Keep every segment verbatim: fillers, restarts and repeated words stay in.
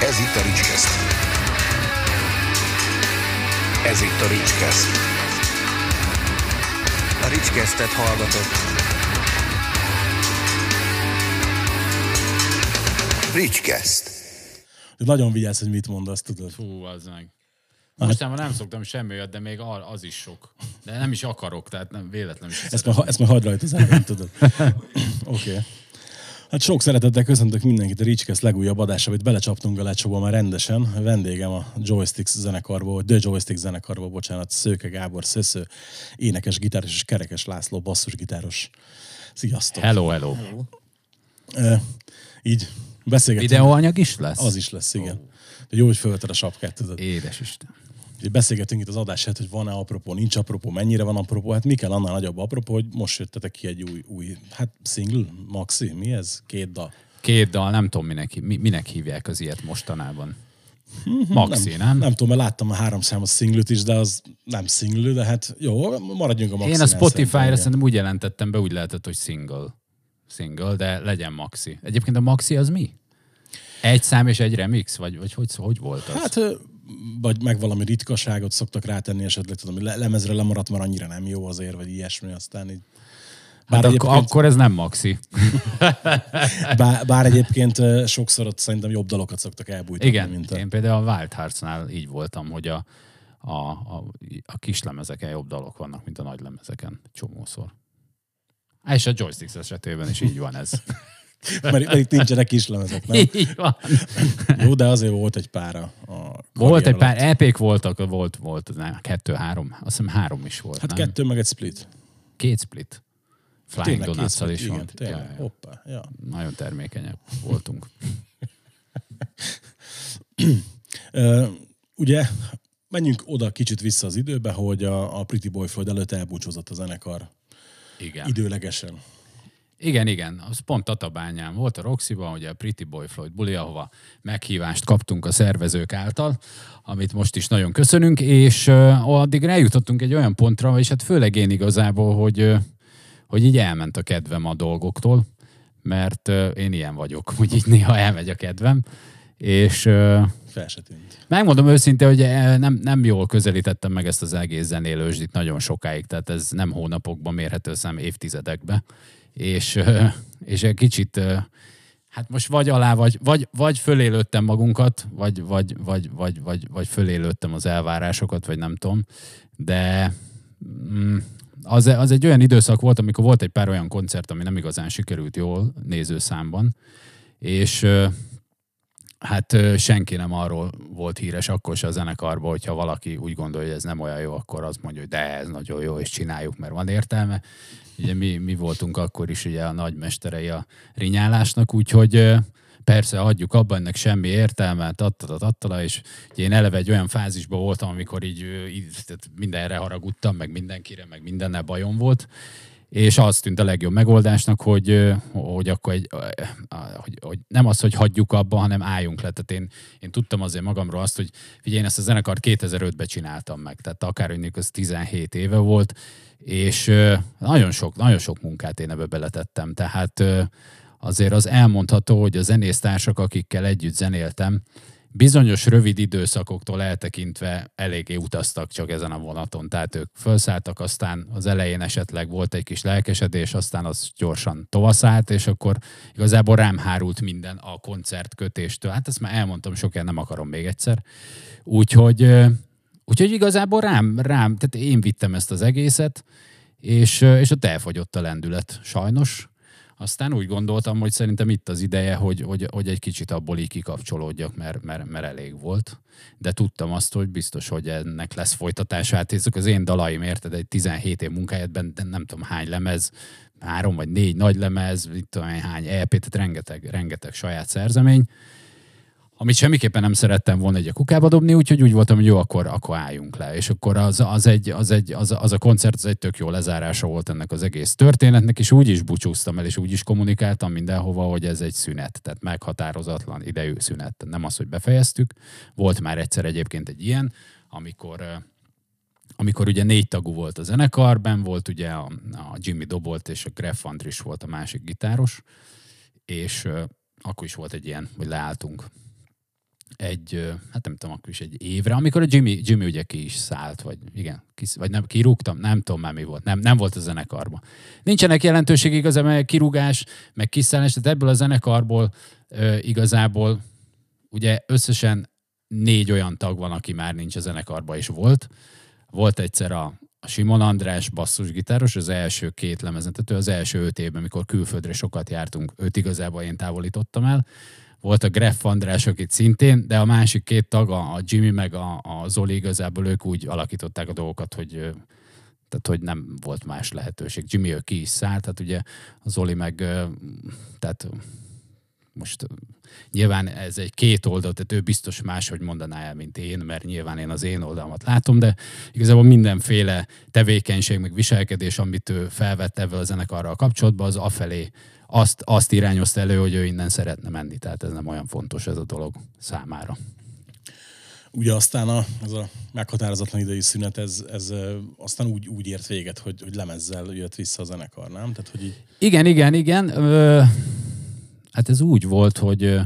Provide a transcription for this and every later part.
Ez itt a Ricskeszt. Ez itt a Ricskeszt. A Ricskesztet hallgatott. Ricskeszt. Nagyon vigyázz, hogy mit mondasz, tudod. Fú, az meg. Mostában nem szoktam semmi olyat, de még az is sok. De nem is akarok, tehát nem véletlenül is. Ezt már, ezt már hagyd rajta az elején, tudod. Oké. Okay. Hát sok szeretettel köszöntök mindenkit a Ricskeszt legújabb adása, amit belecsaptunk a lecsóba már rendesen. A vendégem a Joysticks zenekarból, The Joysticks zenekarból, bocsánat, Szőke Gábor Szösző, énekes, gitáros és Kerekes László, basszusgitáros. Sziasztok! Hello, hello! hello. E, így beszélgetünk. Videóanyag is lesz? Az is lesz, igen. Oh. Jó, hogy fölted a sapkát, tudod. Édes Isten. Beszélgetünk itt az adását, hogy van-e apropó, nincs apropó, mennyire van apropó. Hát mi kell annál nagyobb apropó, hogy most jöttetek ki egy új, új hát single, maxi, mi ez? Két dal. Két dal, nem tudom, minek, minek hívják az ilyet mostanában. Maxi, nem? Nem, nem tudom, mert láttam a három számos singlet is, de az nem single, de hát jó, maradjunk a maxi. Én a Spotify-ra szerintem úgy jelentettem be, úgy lehetett, hogy single. Single, de legyen maxi. Egyébként a maxi az mi? Egy szám és egy remix? Vagy, vagy hogy, hogy volt az? Hát, vagy meg valami ritkaságot szoktak rátenni esetleg, tudom, hogy lemezre lemaradt, mert annyira nem jó azért, vagy ilyesmi, aztán így... Bár hát egyébként... akkor ez nem maxi. bár, bár egyébként sokszor ott szerintem jobb dalokat szoktak elbújtatni. Igen, mint a... én például a Wild Heartsnál így voltam, hogy a, a, a, a kis lemezeken jobb dalok vannak, mint a nagy lemezeken csomószor. És a Joysticks esetében is így van ez. mert, mert itt nincsenek kis lemezek, nem? Így van. Jó, de azért volt egy pár a, a Volt egy pár, é pék voltak, volt, volt, nem, kettő, három, azt hiszem három is volt. Hát nem? kettő, meg egy split. Két split. Flying Donuts-szal is igen, volt. Tényleg, ja, ja. Hoppá, ja. Nagyon termékenyek voltunk. uh, ugye, menjünk oda kicsit vissza az időbe, hogy a, a Pretty Boy Floyd előtt elbúcsúzott a zenekar. Igen. Időlegesen. Igen, igen. Az pont Tatabányán volt a Roxyban, ugye a Pretty Boy Floyd buli, ahova meghívást kaptunk a szervezők által, amit most is nagyon köszönünk, és uh, addig eljutottunk egy olyan pontra, és hát főleg én igazából, hogy, uh, hogy így elment a kedvem a dolgoktól, mert uh, én ilyen vagyok, hogy így néha elmegy a kedvem, és... Uh, Fel se tűnt. Megmondom őszintén, hogy nem, nem jól közelítettem meg ezt az egész zenélősdit nagyon sokáig, tehát ez nem hónapokban mérhető, szem évtizedekbe. És, és egy kicsit, hát most vagy alá, vagy, vagy, vagy fölélődtem magunkat, vagy, vagy, vagy, vagy, vagy, vagy fölélődtem az elvárásokat, vagy nem tudom, de az, az egy olyan időszak volt, amikor volt egy pár olyan koncert, ami nem igazán sikerült jól nézőszámban, és hát senki nem arról volt híres akkor se a zenekarban, hogyha valaki úgy gondolja, hogy ez nem olyan jó, akkor azt mondja, hogy de ez nagyon jó, és csináljuk, mert van értelme. Ugye mi, mi voltunk akkor is ugye a nagymesterei a rinyálásnak, úgyhogy persze hagyjuk abban, ennek semmi értelme, tattala, tattala, és én eleve egy olyan fázisban voltam, amikor így, így mindenre haragudtam, meg mindenkire, meg mindennel bajom volt, és az tűnt a legjobb megoldásnak, hogy, hogy akkor egy, hogy, hogy nem az, hogy hagyjuk abba, hanem álljunk le. Tehát én, én tudtam azért magamról azt, hogy figyelj, én ezt a zenekart kétezer-ötben csináltam meg, tehát akárhogy az tizenhét éve volt, és nagyon sok, nagyon sok munkát én ebbe beletettem. Tehát azért az elmondható, hogy a zenésztársak, akikkel együtt zenéltem, bizonyos rövid időszakoktól eltekintve eléggé utaztak csak ezen a vonaton. Tehát ők felszálltak, aztán az elején esetleg volt egy kis lelkesedés, aztán az gyorsan tovaszállt, és akkor igazából rám hárult minden a koncertkötéstől. Hát ezt már elmondtam, sokan nem akarom még egyszer. Úgyhogy, úgyhogy igazából rám, rám, tehát én vittem ezt az egészet, és, és ott elfogyott a lendület, sajnos. Aztán úgy gondoltam, hogy szerintem itt az ideje, hogy, hogy, hogy egy kicsit abból így kikapcsolódjak, mert, mert, mert elég volt. De tudtam azt, hogy biztos, hogy ennek lesz folytatása. Hát ezek az én dalaim, érted, egy tizenhét év munkájában, de nem tudom hány lemez, három vagy négy nagy lemez, mit tudom hány é pé, tehát rengeteg, rengeteg saját szerzemény, amit semmiképpen nem szerettem volna egy a kukába dobni, úgyhogy úgy voltam, hogy jó, akkor, akkor álljunk le. És akkor az, az, egy, az, egy, az, az a koncert az egy tök jó lezárása volt ennek az egész történetnek, és úgy is búcsúztam el, és úgy is kommunikáltam mindenhova, hogy ez egy szünet, tehát meghatározatlan idejű szünet. Nem az, hogy befejeztük. Volt már egyszer egyébként egy ilyen, amikor, amikor ugye négy tagú volt a zenekarban, volt ugye a, a Jimmy dobolt, és a Greg Andris volt a másik gitáros, és akkor is volt egy ilyen, hogy leálltunk. egy, hát nem tudom, akkor is egy évre, amikor a Jimmy, Jimmy ugye ki is szállt, vagy igen, kis, vagy nem, kirúgtam, nem tudom már mi volt, nem, nem volt a zenekarban. Nincsenek jelentőség igazából, mert kirúgás, meg kiszállás, tehát ebből a zenekarból ö, igazából ugye összesen négy olyan tag van, aki már nincs a zenekarban is volt. Volt egyszer a, a Simon András basszusgitáros, az első két lemezen, tehát ő az első öt évben, amikor külföldre sokat jártunk, őt igazából én távolítottam el. Volt a Greff András, akit szintén, de a másik két tag, a Jimmy meg a, a Zoli igazából ők úgy alakították a dolgokat, hogy, tehát, hogy nem volt más lehetőség. Jimmy ő ki is szállt, tehát ugye a Zoli meg, tehát most nyilván ez egy két oldal, tehát ő biztos máshogy mondaná el, mint én, mert nyilván én az én oldalmat látom, de igazából mindenféle tevékenység, meg viselkedés, amit ő felvett ebben a zenekarral kapcsolatban, az afelé azt, azt irányozta elő, hogy ő innen szeretne menni, tehát ez nem olyan fontos ez a dolog számára. Ugye aztán a, ez a meghatározatlan idei szünet, ez, ez aztán úgy, úgy ért véget, hogy, hogy lemezzel jött vissza a zenekar, nem? Tehát, hogy így... Igen, igen, igen. Ö, hát ez úgy volt, hogy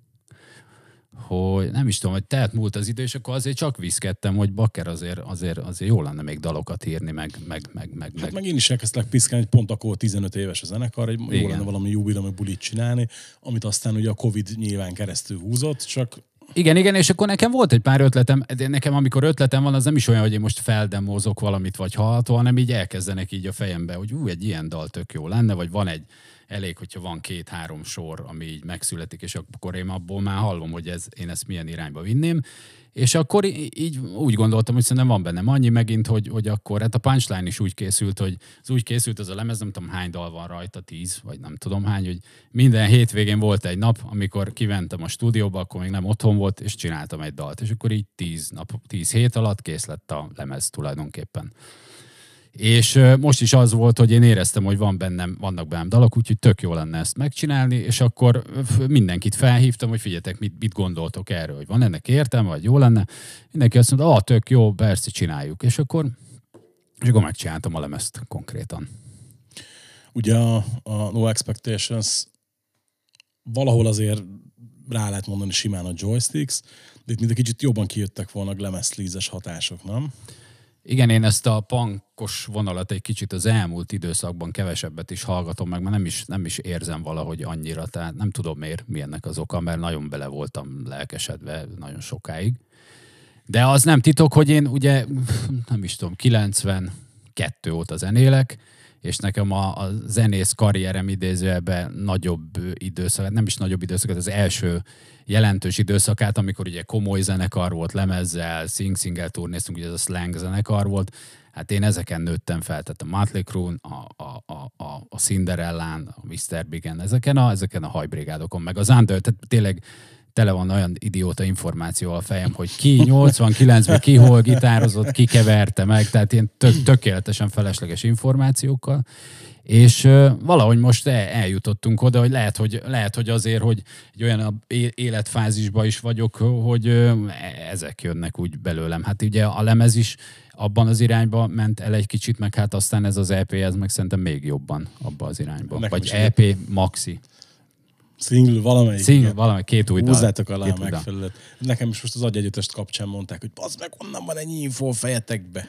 hogy nem is tudom, hogy telt múlt az idő, és akkor azért csak viszkedtem, hogy bakker azért, azért, azért jó lenne még dalokat írni, meg... meg, meg, meg hát meg én is elkezdtek piszkálni, hogy pont akkor tizenöt éves a zenekar, hogy jó lenne valami jubileumi bulit csinálni, amit aztán ugye a Covid nyilván keresztül húzott, csak... Igen, igen, és akkor nekem volt egy pár ötletem, de nekem amikor ötletem van, az nem is olyan, hogy én most feldemózok valamit, vagy hallható, hanem így elkezdenek így a fejembe, hogy ú, egy ilyen dal tök jó lenne, vagy van egy elég, hogyha van két-három sor, ami így megszületik, és akkor én abból már hallom, hogy ez, én ezt milyen irányba vinném. És akkor így úgy gondoltam, hogy szerintem van bennem annyi megint, hogy, hogy akkor, hát a punchline is úgy készült, hogy az úgy készült az a lemez, nem tudom hány dal van rajta, tíz, vagy nem tudom hány, hogy minden hétvégén volt egy nap, amikor kimentem a stúdióba, akkor még nem otthon volt, és csináltam egy dalt. És akkor így tíz nap, tíz hét alatt kész lett a lemez tulajdonképpen. És most is az volt, hogy én éreztem, hogy van bennem, vannak bennem dalok, úgyhogy tök jó lenne ezt megcsinálni, és akkor mindenkit felhívtam, hogy figyeljetek, mit, mit gondoltok erről, hogy van ennek értelme, vagy jó lenne. Mindenki azt mondta, ah, tök jó, persze csináljuk. És akkor, és akkor megcsináltam a lemezt konkrétan. Ugye a, a No Expectations valahol azért rá lehet mondani simán a Joysticks, de itt mind egy kicsit jobban kijöttek volna a lemezlízes hatások, nem? Igen, én ezt a punkos vonalat egy kicsit az elmúlt időszakban kevesebbet is hallgatom meg, mert nem is, nem is érzem valahogy annyira, tehát nem tudom miért, mi ennek az oka, mert nagyon bele voltam lelkesedve nagyon sokáig. De az nem titok, hogy én ugye, nem is tudom, kilencvenkettő óta zenélek, és nekem a, a zenész karrierem idézőjelben nagyobb időszak, nem is nagyobb időszakat, az első jelentős időszakát, amikor ugye komoly zenekar volt, lemezzel, sing-singgel turnéztunk, ugye ez a slang zenekar volt, hát én ezeken nőttem fel, tehát a Mötley Crüe, a, a, a, a, a Cinderellán, a miszter Big-en, ezeken a, ezeken a hajbrigádokon, meg az Under, tehát tényleg tele van olyan idióta információ a fejem, hogy ki nyolcvankilencben ki hol gitározott, ki keverte meg, tehát ilyen tök, tökéletesen felesleges információkkal. És uh, valahogy most el, eljutottunk oda, hogy lehet, hogy lehet, hogy azért, hogy egy olyan életfázisban is vagyok, hogy uh, ezek jönnek úgy belőlem. Hát ugye a lemez is abban az irányba ment el egy kicsit, meg hát aztán ez az é pé, ez meg szerintem még jobban abban az irányba. Nekem vagy é pé maxi. Single valamelyik. Single valamelyik, két új dal. Húzzátok alá a megfelelőt. Nekem is most az agyegyüttest kapcsán mondták, hogy bazd meg, honnan van ennyi infó a fejetekbe.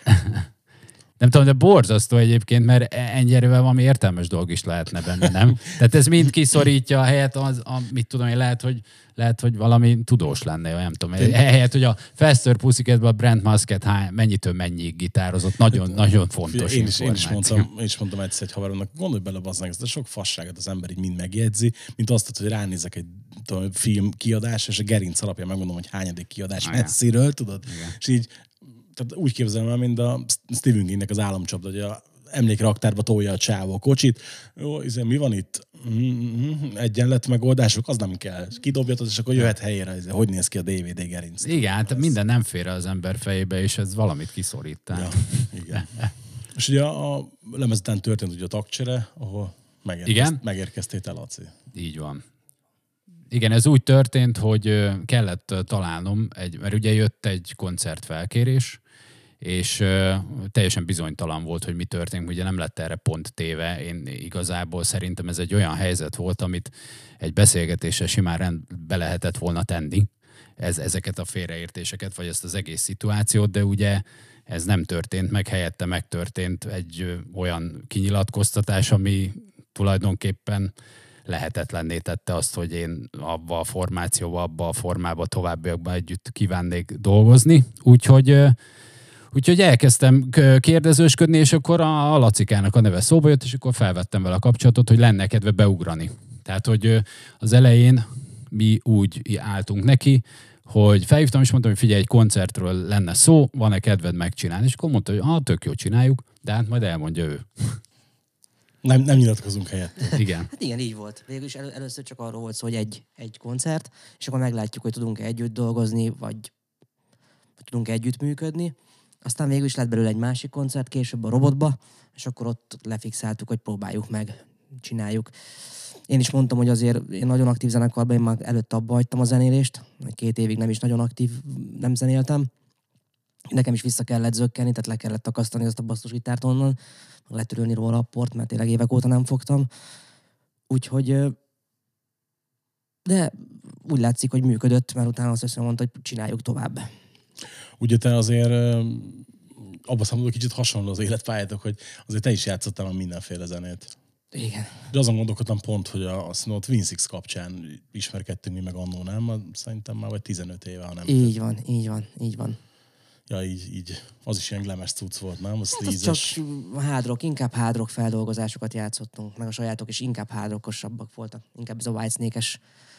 Nem tudom, de borzasztó egyébként, mert ennyi erővel valami értelmes dolog is lehetne benne, nem? Tehát ez mind kiszorítja a helyet, az, a, mit tudom én, lehet, hogy, lehet, hogy valami tudós lenne, nem tudom. Helyett, hogy a Faster Pussycatben a Brent Musket mennyitől mennyig gitározott, nagyon, nagyon fontos én is, én is mondtam, én is mondtam egyszer egy haveromnak, gondolj bele, bazdmeg, ezt a sok fasságot az ember így mind megjegyzi, mint azt, hogy ránézek egy tudom, film kiadás, és a gerinc alapján megmondom, hogy hányadik kiadás messziről, tudod? Igen. És így tehát úgy képzelem el, mint a Stephen Kingnek az államcsapda, hogy a emlékraktárba tolja a csávó a kocsit. Jó, izé, mi van itt? Mm-hmm, egyenlet megoldások, az nem kell. Kidobjatod, és akkor jöhet helyére, izé, hogy néz ki a dé vé dé gerinc. Igen, hát minden nem fér az ember fejébe, és ez valamit kiszorít. Ja, igen. És ugye a lemezután történt ugye a tagcsere, ahol megérkezt, megérkeztél te, Laci. Így van. Igen, ez úgy történt, hogy kellett találnom, egy, mert ugye jött egy koncertfelkérés, és uh, teljesen bizonytalan volt, hogy mi történik, ugye nem lett erre pont téve. Én igazából szerintem ez egy olyan helyzet volt, amit egy beszélgetésre simán rendbe lehetett volna tenni. ez, ezeket a félreértéseket, vagy ezt az egész szituációt, de ugye ez nem történt meg, helyette megtörtént egy ö, olyan kinyilatkoztatás, ami tulajdonképpen lehetetlenné tette azt, hogy én abba a formációba, abba a formába továbbiakban együtt kívánnék dolgozni. Úgyhogy, úgyhogy elkezdtem kérdezősködni, és akkor a Lacikának a neve szóba jött, és akkor felvettem vele a kapcsolatot, hogy lenne kedve beugrani. Tehát, hogy az elején mi úgy álltunk neki, hogy felhívtam, és mondtam, hogy figyelj, egy koncertről lenne szó, van-e kedved megcsinálni? És akkor mondta, hogy ah, tök jó, csináljuk, de hát majd elmondja ő. Nem, nem nyilatkozunk helyett. Igen. Hát igen, így volt. Végül is elő, először csak arról volt szó, hogy egy, egy koncert, és akkor meglátjuk, hogy tudunk-e együtt dolgozni, vagy, vagy tudunk együtt működni. Aztán végül is lett belőle egy másik koncert, később a Robotba, és akkor ott lefixáltuk, hogy próbáljuk meg, csináljuk. Én is mondtam, hogy azért én nagyon aktív zenekarban, én már előtt abba hagytam a zenélést, két évig nem is nagyon aktív, nem zenéltem. Nekem is vissza kellett zökkenni, tehát le kellett takasztani azt a basszusgitárt onnan, letörölni róla a port, mert tényleg évek óta nem fogtam. Úgyhogy, de úgy látszik, hogy működött, mert utána azt hiszem mondta, hogy csináljuk tovább. Ugye te azért abban számodra kicsit hasonló az életpályátok, hogy azért te is játszottál a mindenféle zenét. Igen. De azon gondolkodtam pont, hogy a, azt mondom, Twin Six kapcsán ismerkedtünk mi meg annó, nem? Szerintem már vagy tizenöt éve, ha nem. Így van, így van, így van. Ja, így, így. Az is ilyen glemes cucc volt, nem? Az Hát az csak hard rock, inkább hard rock feldolgozásokat játszottunk, meg a sajátok is inkább hard rockosabbak voltak. Inkább ez a Whitesnake-es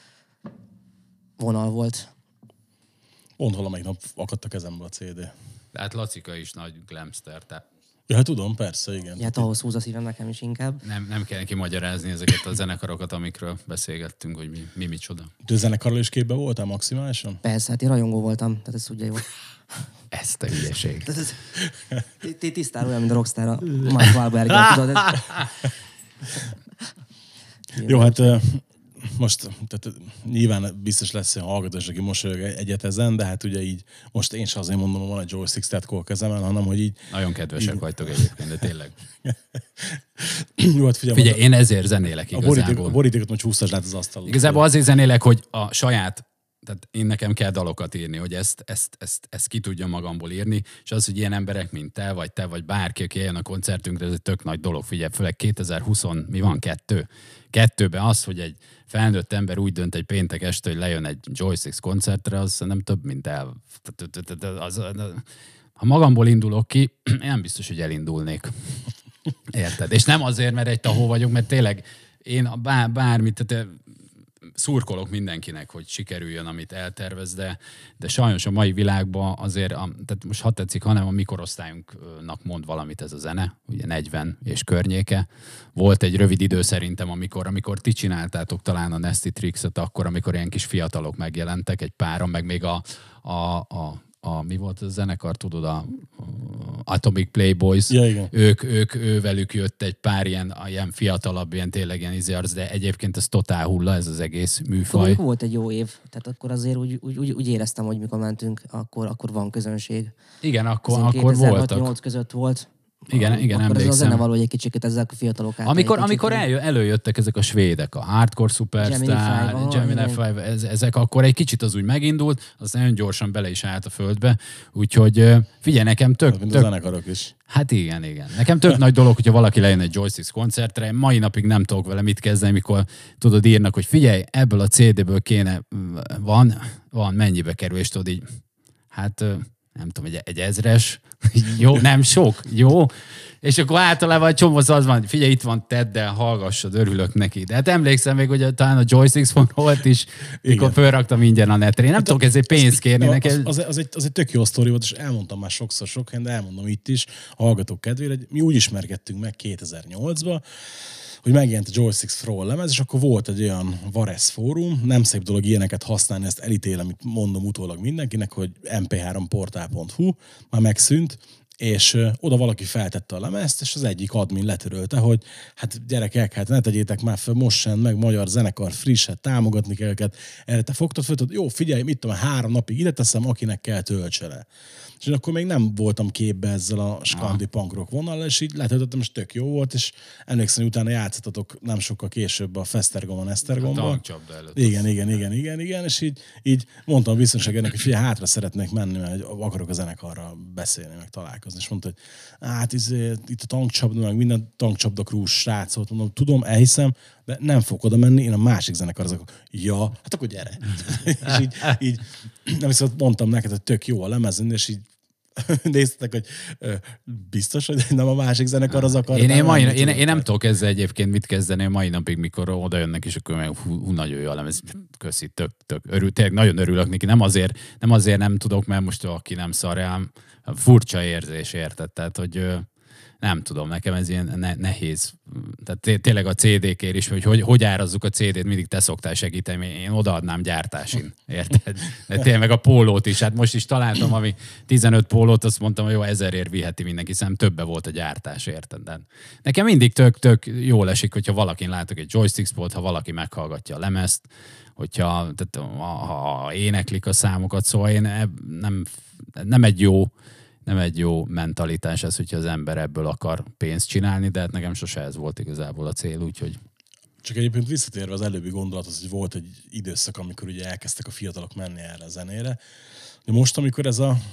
vonal volt. Pont valamelyik nap akadt a kezembe a cé dé. De hát Lacika is nagy glamster, tehát Ja, hát tudom, persze, igen. Ja, hát ahhoz húz a szívem nekem is inkább. nem, nem kell neki magyarázni ezeket a zenekarokat, amikről beszélgettünk, hogy mi, mi micsoda. Te zenekarral is képbe voltál maximálisan? Persze, hát én rajongó voltam, tehát ez ugye jó. Ezt a hülyeség. Tehát ez, ti tisztán olyan, mint a Rockstar, a Mark Wahlberg-el, tudod? Ez... Jó, hát most tehát nyilván biztos lesz olyan hallgatás, aki mosolyog egyet ezen, de hát ugye így most én sem azért mondom, hogy van egy joystick tetkó a kezemen, hanem hogy így... Nagyon kedvesek így... vagytok egyébként, de tényleg. Jó, hát figyelj, figyelj, én ezért zenélek a igazából. boríték, a borítékot most húszas át az asztalon. Igazából azért zenélek, hogy a saját, tehát én nekem kell dalokat írni, hogy ezt, ezt, ezt, ezt ki tudjam magamból írni, és az, hogy ilyen emberek, mint te, vagy te, vagy bárki, aki eljön a koncertünkre, ez egy tök nagy dolog, figyelj, főleg kétezer-húsz, mi van, kettő? Kettőben az, hogy egy felnőtt ember úgy dönt egy péntek este, hogy lejön egy Joysticks koncertre, az nem több, mint el. Ha magamból indulok ki, én nem biztos, hogy elindulnék. Érted? És nem azért, mert egy tahó vagyok, mert tényleg én bár, bármit, tehát szurkolok mindenkinek, hogy sikerüljön, amit eltervez, de, de sajnos a mai világban azért, a, tehát most ha tetszik, hanem a mi korosztályunknak mond valamit ez a zene, ugye negyven és környéke. Volt egy rövid idő szerintem, amikor, amikor ti csináltátok talán a Nasty Tricks-et, akkor, amikor ilyen kis fiatalok megjelentek, egy páran, meg még a, a, a A, mi volt a zenekar, tudod, a, a Atomic Playboys, ja, igen. ők, ők, ővelük jött egy pár ilyen, ilyen fiatalabb, ilyen tényleg ilyen izjárc, de egyébként ez totál hulla, ez az egész műfaj. Akkor volt egy jó év, tehát akkor azért úgy, úgy, úgy, úgy éreztem, hogy mikor mentünk, akkor, akkor van közönség. Igen, akkor, akkor voltak. kétezer-hat-nyolc között volt. Igen, igen, akkor emlékszem. Ez a zene való, hogy egy kicsit ezek a fiatalok át. Amikor, amikor eljö, előjöttek ezek a svédek, a Hardcore Superstar, Gemini Five, ez, ezek akkor egy kicsit az úgy megindult, az nagyon gyorsan bele is állt a földbe, úgyhogy figyelj, nekem tök... Mint tök a zenekarok is. Hát igen, igen. Nekem tök nagy dolog, hogyha valaki lejön egy Joysticks koncertre, mai napig nem tudok vele mit kezdeni, mikor tudod írnak, hogy figyelj, ebből a cé déből kéne, van, van, mennyibe kerül, és tudod így, hát nem tudom, egy, egy ezres, jó, nem sok, jó. És akkor általában egy csomó az van, figyelj, itt van, tedd el, hallgassad, örülök neki. De hát emlékszem még, hogy talán a Joysticks volt is, mikor fölraktam ingyen a netre. Én nem tudok ezért pénzt kérni az, neked. Az, az, az, egy, az egy tök jó sztori volt, és elmondtam már sokszor sok helyen, de elmondom itt is, a hallgatók kedvére, hogy mi úgy ismerkedtünk meg kétezer-nyolcban, hogy megjelent a Joysticks Throw lemez, és akkor volt egy olyan Varesz fórum, nem szép dolog ilyeneket használni, ezt elítélem, amit mondom utólag mindenkinek, hogy em pé három portál pont hú, már megszűnt, és ö, oda valaki feltette a lemezt, és az egyik admin letörölte, hogy hát gyerekek, hát ne tegyétek már fel, most sem meg magyar zenekar friss, hát támogatni kell őket. Erre te fogtad föl, hogy jó, figyelj, mit tudom, három napig ide teszem, akinek kell töltse le. És én akkor még nem voltam képbe ezzel a skandi punk rock vonallal, és így letöltöttem, és tök jó volt, és emlékszem, hogy utána játszottatok nem sokkal később a Fesztergomon, Esztergomban. A tankcsapda előtt. Igen, igen, igen, igen, igen, és így, így mondtam a biztonságérnek, hogy figyelj, hátra szeretnék menni, mert akarok a zenekarral beszélni, meg találkozni. És mondta, hogy hát izé, itt a tankcsapda, meg minden tankcsapda krús srác volt. Mondom, tudom, elhiszem, de nem fogok oda menni, én a másik zenekar azok. Ja, hát akkor gyere. És így, így nem viszont mondtam neked, hogy tök jó a lemezen, és így néztek, hogy ö, biztos, hogy nem a másik zenekar az akar. Én, én, mai, én, én nem tudok ezzel egyébként mit kezdeni mai napig, mikor oda jönnek, és akkor meg hú, hú, nagyon jó a lemez, köszi, tök, tök, örül, tényleg nagyon örülök neki. Nem azért, nem azért nem tudok, mert most aki nem szar rám, furcsa érzés, érted? Tehát, hogy nem tudom, nekem ez ilyen ne, nehéz. Tehát tényleg a cé dé-kért is, hogy, hogy hogy árazzuk a cé dét, mindig te szoktál segíteni, én odaadnám gyártásin, érted? De tényleg meg a pólót is, hát most is találtam, ami tizenöt pólót, azt mondtam, hogy jó, ezerért viheti mindenki, hiszen többe volt a gyártás, érted? De nekem mindig tök, tök jól esik, hogyha valakin látok egy joystick spot, ha valaki meghallgatja a lemezt, hogyha tehát, ha éneklik a számokat, szóval én nem, nem egy jó nem egy jó mentalitás ez, hogyha az ember ebből akar pénzt csinálni, de hát nekem sose ez volt igazából a cél, úgyhogy... Csak egyébként visszatérve az előbbi gondolathoz, hogy volt egy időszak, amikor ugye elkezdtek a fiatalok menni erre a zenére, de most, amikor ez a...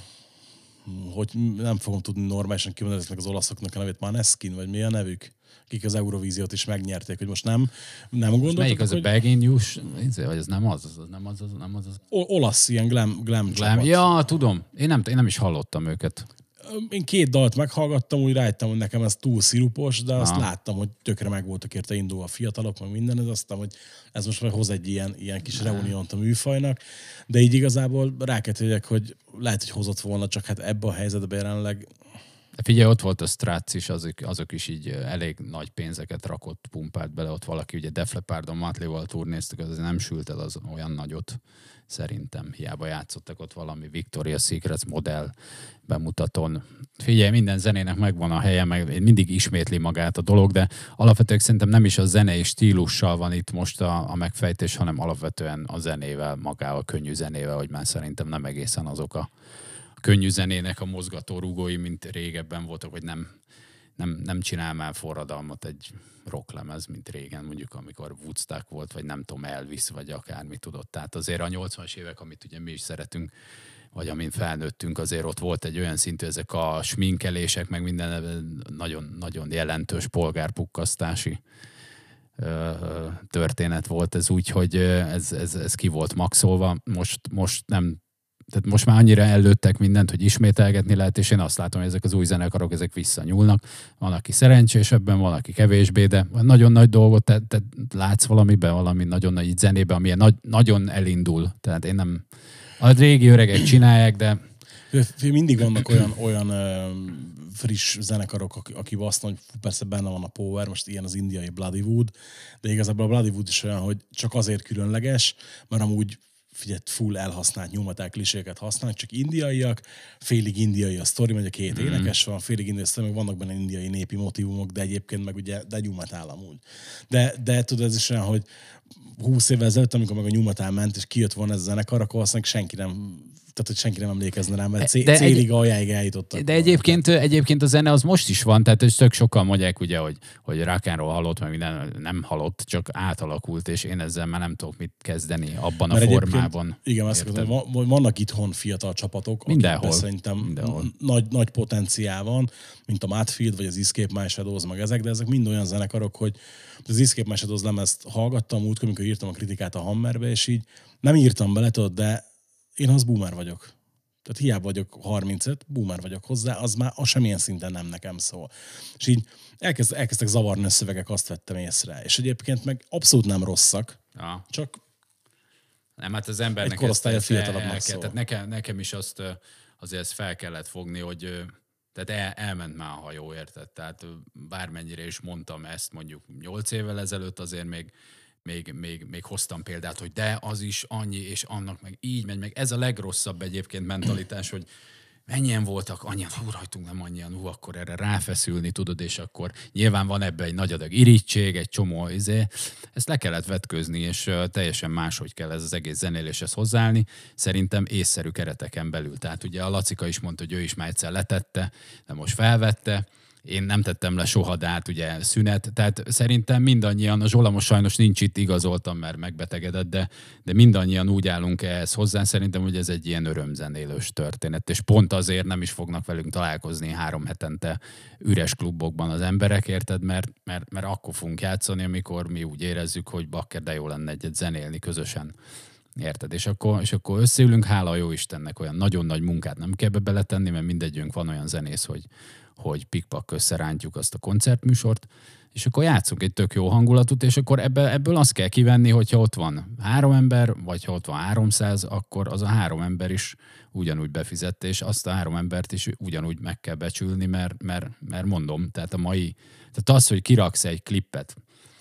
hogy nem fogom tudni normálisan kimondani ezeknek az olaszoknak a nevét, Maneskin, vagy mi a nevük? Akik az Eurovíziót is megnyerték, hogy most nem, nem gondoltak, melyik az hogy... a Beginius? Vagy ez nem az, az nem az, az nem az. az... O- olasz, ilyen glam, glam, glam csapat. Ja, tudom. Én nem, én nem is hallottam őket. Én két dalt meghallgattam, úgy rájöttem, hogy nekem ez túl szirupos, de azt Aha. láttam, hogy tökre meg voltak érte indulva a fiatalok, meg minden, ez aztán, hogy ez most már hoz egy ilyen, ilyen kis reuniont a műfajnak, de így igazából rákettőjek, hogy lehet, hogy hozott volna, csak hát ebbe a helyzetben jelenleg... Figyelj, ott volt a Strats is, azok, azok is így elég nagy pénzeket rakott, pumpált bele, ott valaki, ugye Def Leppardon, Motley-val turnéztük, az nem sült el az olyan nagyot, szerintem. Hiába játszottak ott valami Victoria's Secret modell bemutatón. Figyelj, minden zenének megvan a helye, meg mindig ismétli magát a dolog, de alapvetően szerintem nem is a zenei stílussal van itt most a, a megfejtés, hanem alapvetően a zenével, magával, a könnyű zenével, hogy már szerintem nem egészen azok a könnyű zenének a mozgatórugói, mint régebben voltak, hogy nem, nem, nem csinál már forradalmat egy rocklemez, mint régen, mondjuk amikor Woodstock volt, vagy nem tudom, Elvis, vagy akármi tudott. Tehát azért a nyolcvanas évek, amit ugye mi is szeretünk, vagy amin felnőttünk, azért ott volt egy olyan szintű, ezek a sminkelések, meg minden nagyon, nagyon jelentős polgárpukkasztási történet volt ez úgy, hogy ez, ez, ez ki volt maxolva. Most, most nem Tehát most már annyira előttek mindent, hogy ismételgetni lehet, és én azt látom, hogy ezek az új zenekarok, ezek visszanyúlnak. Van, aki szerencsésebben, van, aki kevésbé, de nagyon nagy dolgot, te, te látsz valamiben, valami nagyon nagy zenében, ami nagy, nagyon elindul. Tehát én nem... A régi öregek csinálják, de... Mindig vannak olyan, olyan uh, friss zenekarok, aki, aki azt mondja, hogy persze benne van a power, most ilyen az indiai Bloodywood, de igazából a Bloodywood is olyan, hogy csak azért különleges, mert amúgy figyelj, full elhasznált nyomatál kliséket használnak, csak indiaiak, félig indiai a sztori, vagy a két mm. énekes van, félig indiai a sztori, meg vannak benne indiai népi motivumok, de egyébként meg ugye, de nyumatál amúgy. De, de tudod, ez is olyan, hogy húsz évvel ezelőtt, amikor meg a nyumatál ment, és kijött volna ez a zenekar, akkor azt senki nem, tehát hogy senki nem emlékezne rá, mert c- célig aljáig eljutottak. De egyébként, egyébként a zene az most is van, tehát tök sokan mondják, ugye, hogy, hogy rock and roll halott, meg minden nem halott, csak átalakult, és én ezzel már nem tudok mit kezdeni abban mert a formában. Igen, azt mondom, hogy vannak itthon fiatal csapatok, akikben szerintem Mindenhol. Nagy, nagy potenciál van, mint a Mudfield, vagy az Escape My Shadows, meg ezek, de ezek mind olyan zenekarok, hogy az Escape My Shadows lemezt hallgattam múltkor, amikor írtam a kritikát a Hammerbe, és így nem írtam bele, tudod, de én az boomer vagyok. Tehát hiába vagyok harmincöt, boomer vagyok hozzá, az már a semmilyen szinten nem nekem szól. És így elkezd, elkezdtek zavarni a szövegek, azt vettem észre. És egyébként meg abszolút nem rosszak, ja. csak nem, hát az embernek egy korosztálya fiatalabbnak szól. Tehát nekem, nekem is azt azért ezt fel kellett fogni, hogy tehát el, elment már a hajó, érted? Tehát bármennyire is mondtam ezt mondjuk nyolc évvel ezelőtt, azért még Még, még, még hoztam példát, hogy de az is annyi, és annak meg így megy, meg ez a legrosszabb egyébként mentalitás, hogy mennyien voltak, annyian, hú, rajtunk nem annyian, hú, akkor erre ráfeszülni, tudod, és akkor nyilván van ebben egy nagy adag irítség, egy csomó, izé, ezt le kellett vetkőzni, és uh, teljesen máshogy kell ez az egész zenéléshez hozzáállni, szerintem észszerű kereteken belül. Tehát ugye a Lacika is mondta, hogy ő is már egyszer letette, de most felvette, én nem tettem le soha, de hát ugye szünet, tehát szerintem mindannyian, a Zsola most sajnos nincs itt, igazoltam, mert megbetegedett, de, de mindannyian úgy állunk ehhez hozzá, szerintem, hogy ez egy ilyen örömzenélős történet, és pont azért nem is fognak velünk találkozni három hetente üres klubokban az emberek, érted, mert, mert, mert akkor fogunk játszani, amikor mi úgy érezzük, hogy bakker, de jó lenne egyet zenélni közösen. Érted? És akkor, és akkor összeülünk, hála a jó Istennek, olyan nagyon nagy munkát nem kell be beletenni, mert mindegyünk van olyan zenész, hogy hogy pikpak összerántjuk azt a koncertműsort, és akkor játszunk egy tök jó hangulatut, és akkor ebből, ebből azt kell kivenni, hogyha ott van három ember, vagy ha ott van háromszáz, akkor az a három ember is ugyanúgy befizette, és azt a három embert is ugyanúgy meg kell becsülni, mert, mert, mert mondom, tehát a mai, tehát az, hogy kiraksz egy klippet,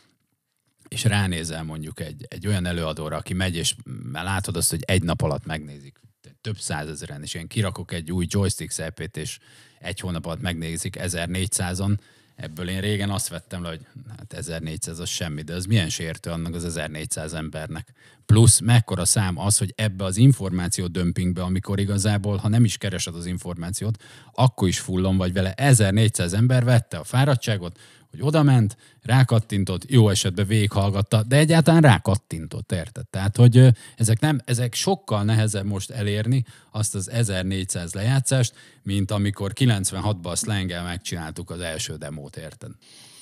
és ránézel mondjuk egy, egy olyan előadóra, aki megy, és látod azt, hogy egy nap alatt megnézik több százezeren, és én kirakok egy új Joysticks é pét, és egy hónap alatt megnézik ezernégyszázan, ebből én régen azt vettem le, hogy hát ezernégyszáz az semmi, de az milyen sértő annak az ezernégyszáz embernek. Plusz mekkora szám az, hogy ebbe az információ dömpingbe, amikor igazából, ha nem is keresed az információt, akkor is fullon vagy vele. ezernégyszáz ember vette a fáradtságot, hogy odament, rákattintott, jó esetben végighallgatta, de egyáltalán rákattintott, érted? Tehát, hogy ezek, nem, ezek sokkal nehezebb most elérni azt az ezernégyszáz lejátszást, mint amikor kilencvenhatban a Slanggel megcsináltuk az első demót, érted?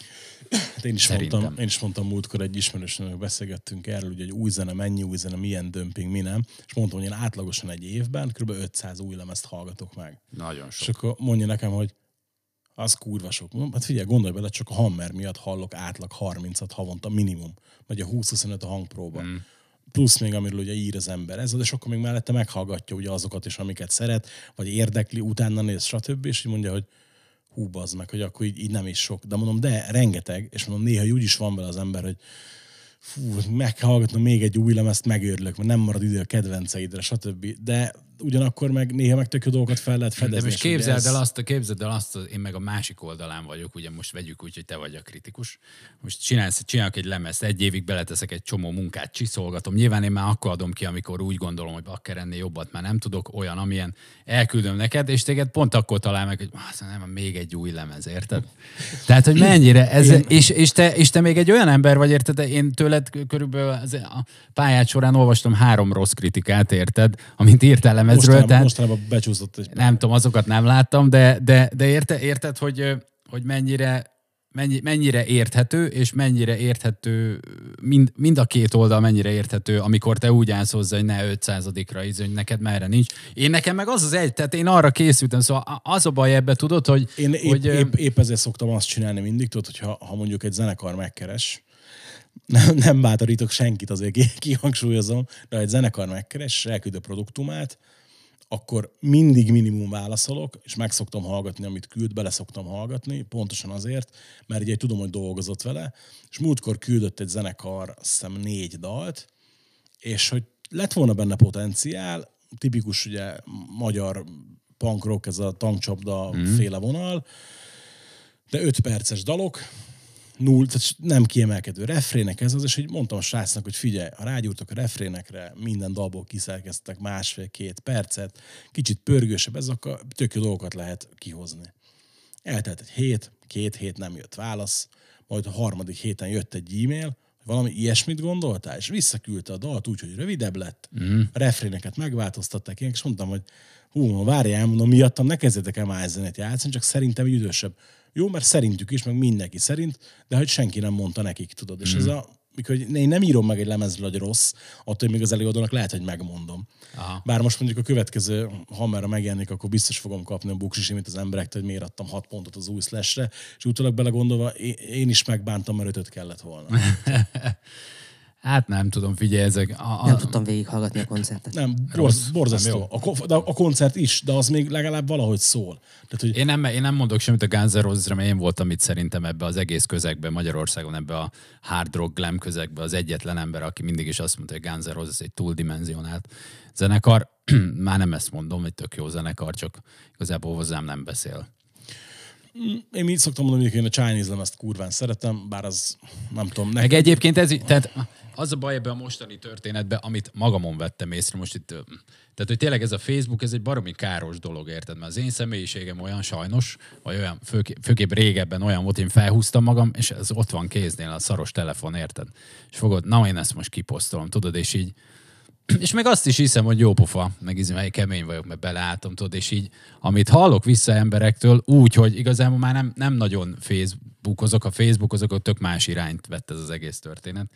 Hát én, is mondtam, én is mondtam múltkor egy ismerősömnek, beszélgettünk erről, hogy egy új zene, mennyi új zene, milyen dömping, mi nem. És mondtam, hogy én átlagosan egy évben kb. ötszáz új lemezt hallgatok meg. Nagyon sok. És akkor mondja nekem, hogy az kurva sok. Hát figyelj, gondolj bele, csak a Hammer miatt hallok átlag harmincat havonta minimum. Vagy a húsz-huszonöt a hangpróba. Mm. Plusz még, amiről ugye ír az ember. Ez, és akkor még mellette meghallgatja ugye azokat is, amiket szeret, vagy érdekli, utána néz, stb. És így mondja, hogy hú, bazd meg, hogy akkor így, így nem is sok. De mondom, de rengeteg, és mondom, néha úgy is van vele az ember, hogy fú, meg kell hallgatnom még egy új lemezt, megőrülök, mert nem marad idő a kedvenceidre, stb. De ugyanakkor meg néha meg tök jó dolgokat fel lehet fedezni. De most képzeld ez... el azt, képzeld el azt, én meg a másik oldalán vagyok, ugye most vegyük úgy, hogy te vagy a kritikus. Most csinálsz, csinálok egy lemezt, egy évig beleteszek egy csomó munkát, csiszolgatom. Nyilván én már akkor adom ki, amikor úgy gondolom, hogy bakker, ennél jobbat már nem tudok, olyan, amilyen elküldöm neked, és téged pont akkor talál meg, hogy nem, még egy új lemez, érted? Tehát, hogy mennyire ez, én... és, és, te, és te még egy olyan ember vagy, érted? Én tőled körülbelül a pályát során olvastam három rossz kritikát, érted? Amint írtál lemezről. Mostanában, tehát, mostanában becsúszott egy... Nem tudom, azokat nem láttam, de, de, de érte, érted, hogy, hogy mennyire, mennyi, mennyire érthető, és mennyire érthető, mind, mind a két oldal mennyire érthető, amikor te úgy állsz hozzá, hogy ne ötszázadikra íz, hogy neked merre nincs. Én nekem meg az az egy, tehát én arra készültem, szóval az a baj ebbe, tudod, hogy... Én épp, hogy, épp, épp ezért szoktam azt csinálni mindig, tudod, hogy ha, ha mondjuk egy zenekar megkeres, nem, nem bátorítok senkit, azért kihangsúlyozom, de ha egy zenekar megkeres, és elküld a produktumát, akkor mindig minimum válaszolok, és meg szoktam hallgatni, amit küld, bele szoktam hallgatni, pontosan azért, mert ugye tudom, hogy dolgozott vele, és múltkor küldött egy zenekar, azt hiszem négy dalt, és hogy lett volna benne potenciál, tipikus ugye magyar punk rock, ez a tankcsapda mm. féle vonal, de öt perces dalok, null, tehát nem kiemelkedő refrének ez az, és így mondtam a srácnak, hogy figyelj, ha rágyúrtok a refrénekre, minden dalból kiszerkeztek másfél-két percet, kicsit pörgősebb, ez akkor tök jó dolgokat lehet kihozni. Eltelt egy hét, két hét nem jött válasz, majd a harmadik héten jött egy e-mail, hogy valami ilyesmit gondoltál, és visszaküldte a dalt úgy, hogy rövidebb lett, mm. a refréneket megváltoztatták, én és mondtam, hogy hú, várjál, mondom, miattam ne kezdjetek el más zenét játszani, csak szerintem így idősebb. Jó, mert szerintük is, meg mindenki szerint, de hogy senki nem mondta nekik, tudod. És mm. ez a, mikor én nem írom meg egy lemezről, hogy rossz, attól, hogy még az előadónak lehet, hogy megmondom. Aha. Bár most mondjuk a következő Hammerra megjelenik, akkor biztos fogom kapni a buksisimit az emberektől, hogy miért adtam hat pontot az új Slash-re, és utólag belegondolva én is megbántam, mert ötöt kellett volna. Hát nem tudom, figyelj, ezek... A, a... Nem tudtam végighallgatni a koncertet. Nem, Rossz, borz, borzasztó. nem A, ko- de a koncert is, de az még legalább valahogy szól. Tehát, hogy Én nem, én nem mondok semmit a Guns N' Roses-ra, mert én voltam itt szerintem ebbe az egész közegbe, Magyarországon, ebbe a hard rock glam közegbe az egyetlen ember, aki mindig is azt mondta, hogy Guns N' Roses egy túldimenzionált zenekar. Már nem ezt mondom, hogy tök jó zenekar, csak igazából hozzám nem beszél. én így szoktam mondani, hogy én a Chinese lemezt kurván szeretem, bár az nem tudom. Meg egyébként ez, tehát az a baj ebben a mostani történetben, amit magamon vettem észre most itt, tehát hogy tényleg ez a Facebook, ez egy baromi káros dolog, érted? Mert az én személyiségem olyan sajnos, vagy olyan, főképp, főképp régebben olyan volt, én felhúztam magam, és ez ott van kéznél a szaros telefon, érted? És fogod, na én ezt most kiposztolom, tudod, és így és meg azt is hiszem, hogy jó pofa, meg izé, kemény vagyok, mert beleálltam, tudod, és így, amit hallok vissza emberektől, úgy, hogy igazából már nem, nem nagyon Facebookozok, a Facebookozok, ott tök más irányt vett ez az egész történet.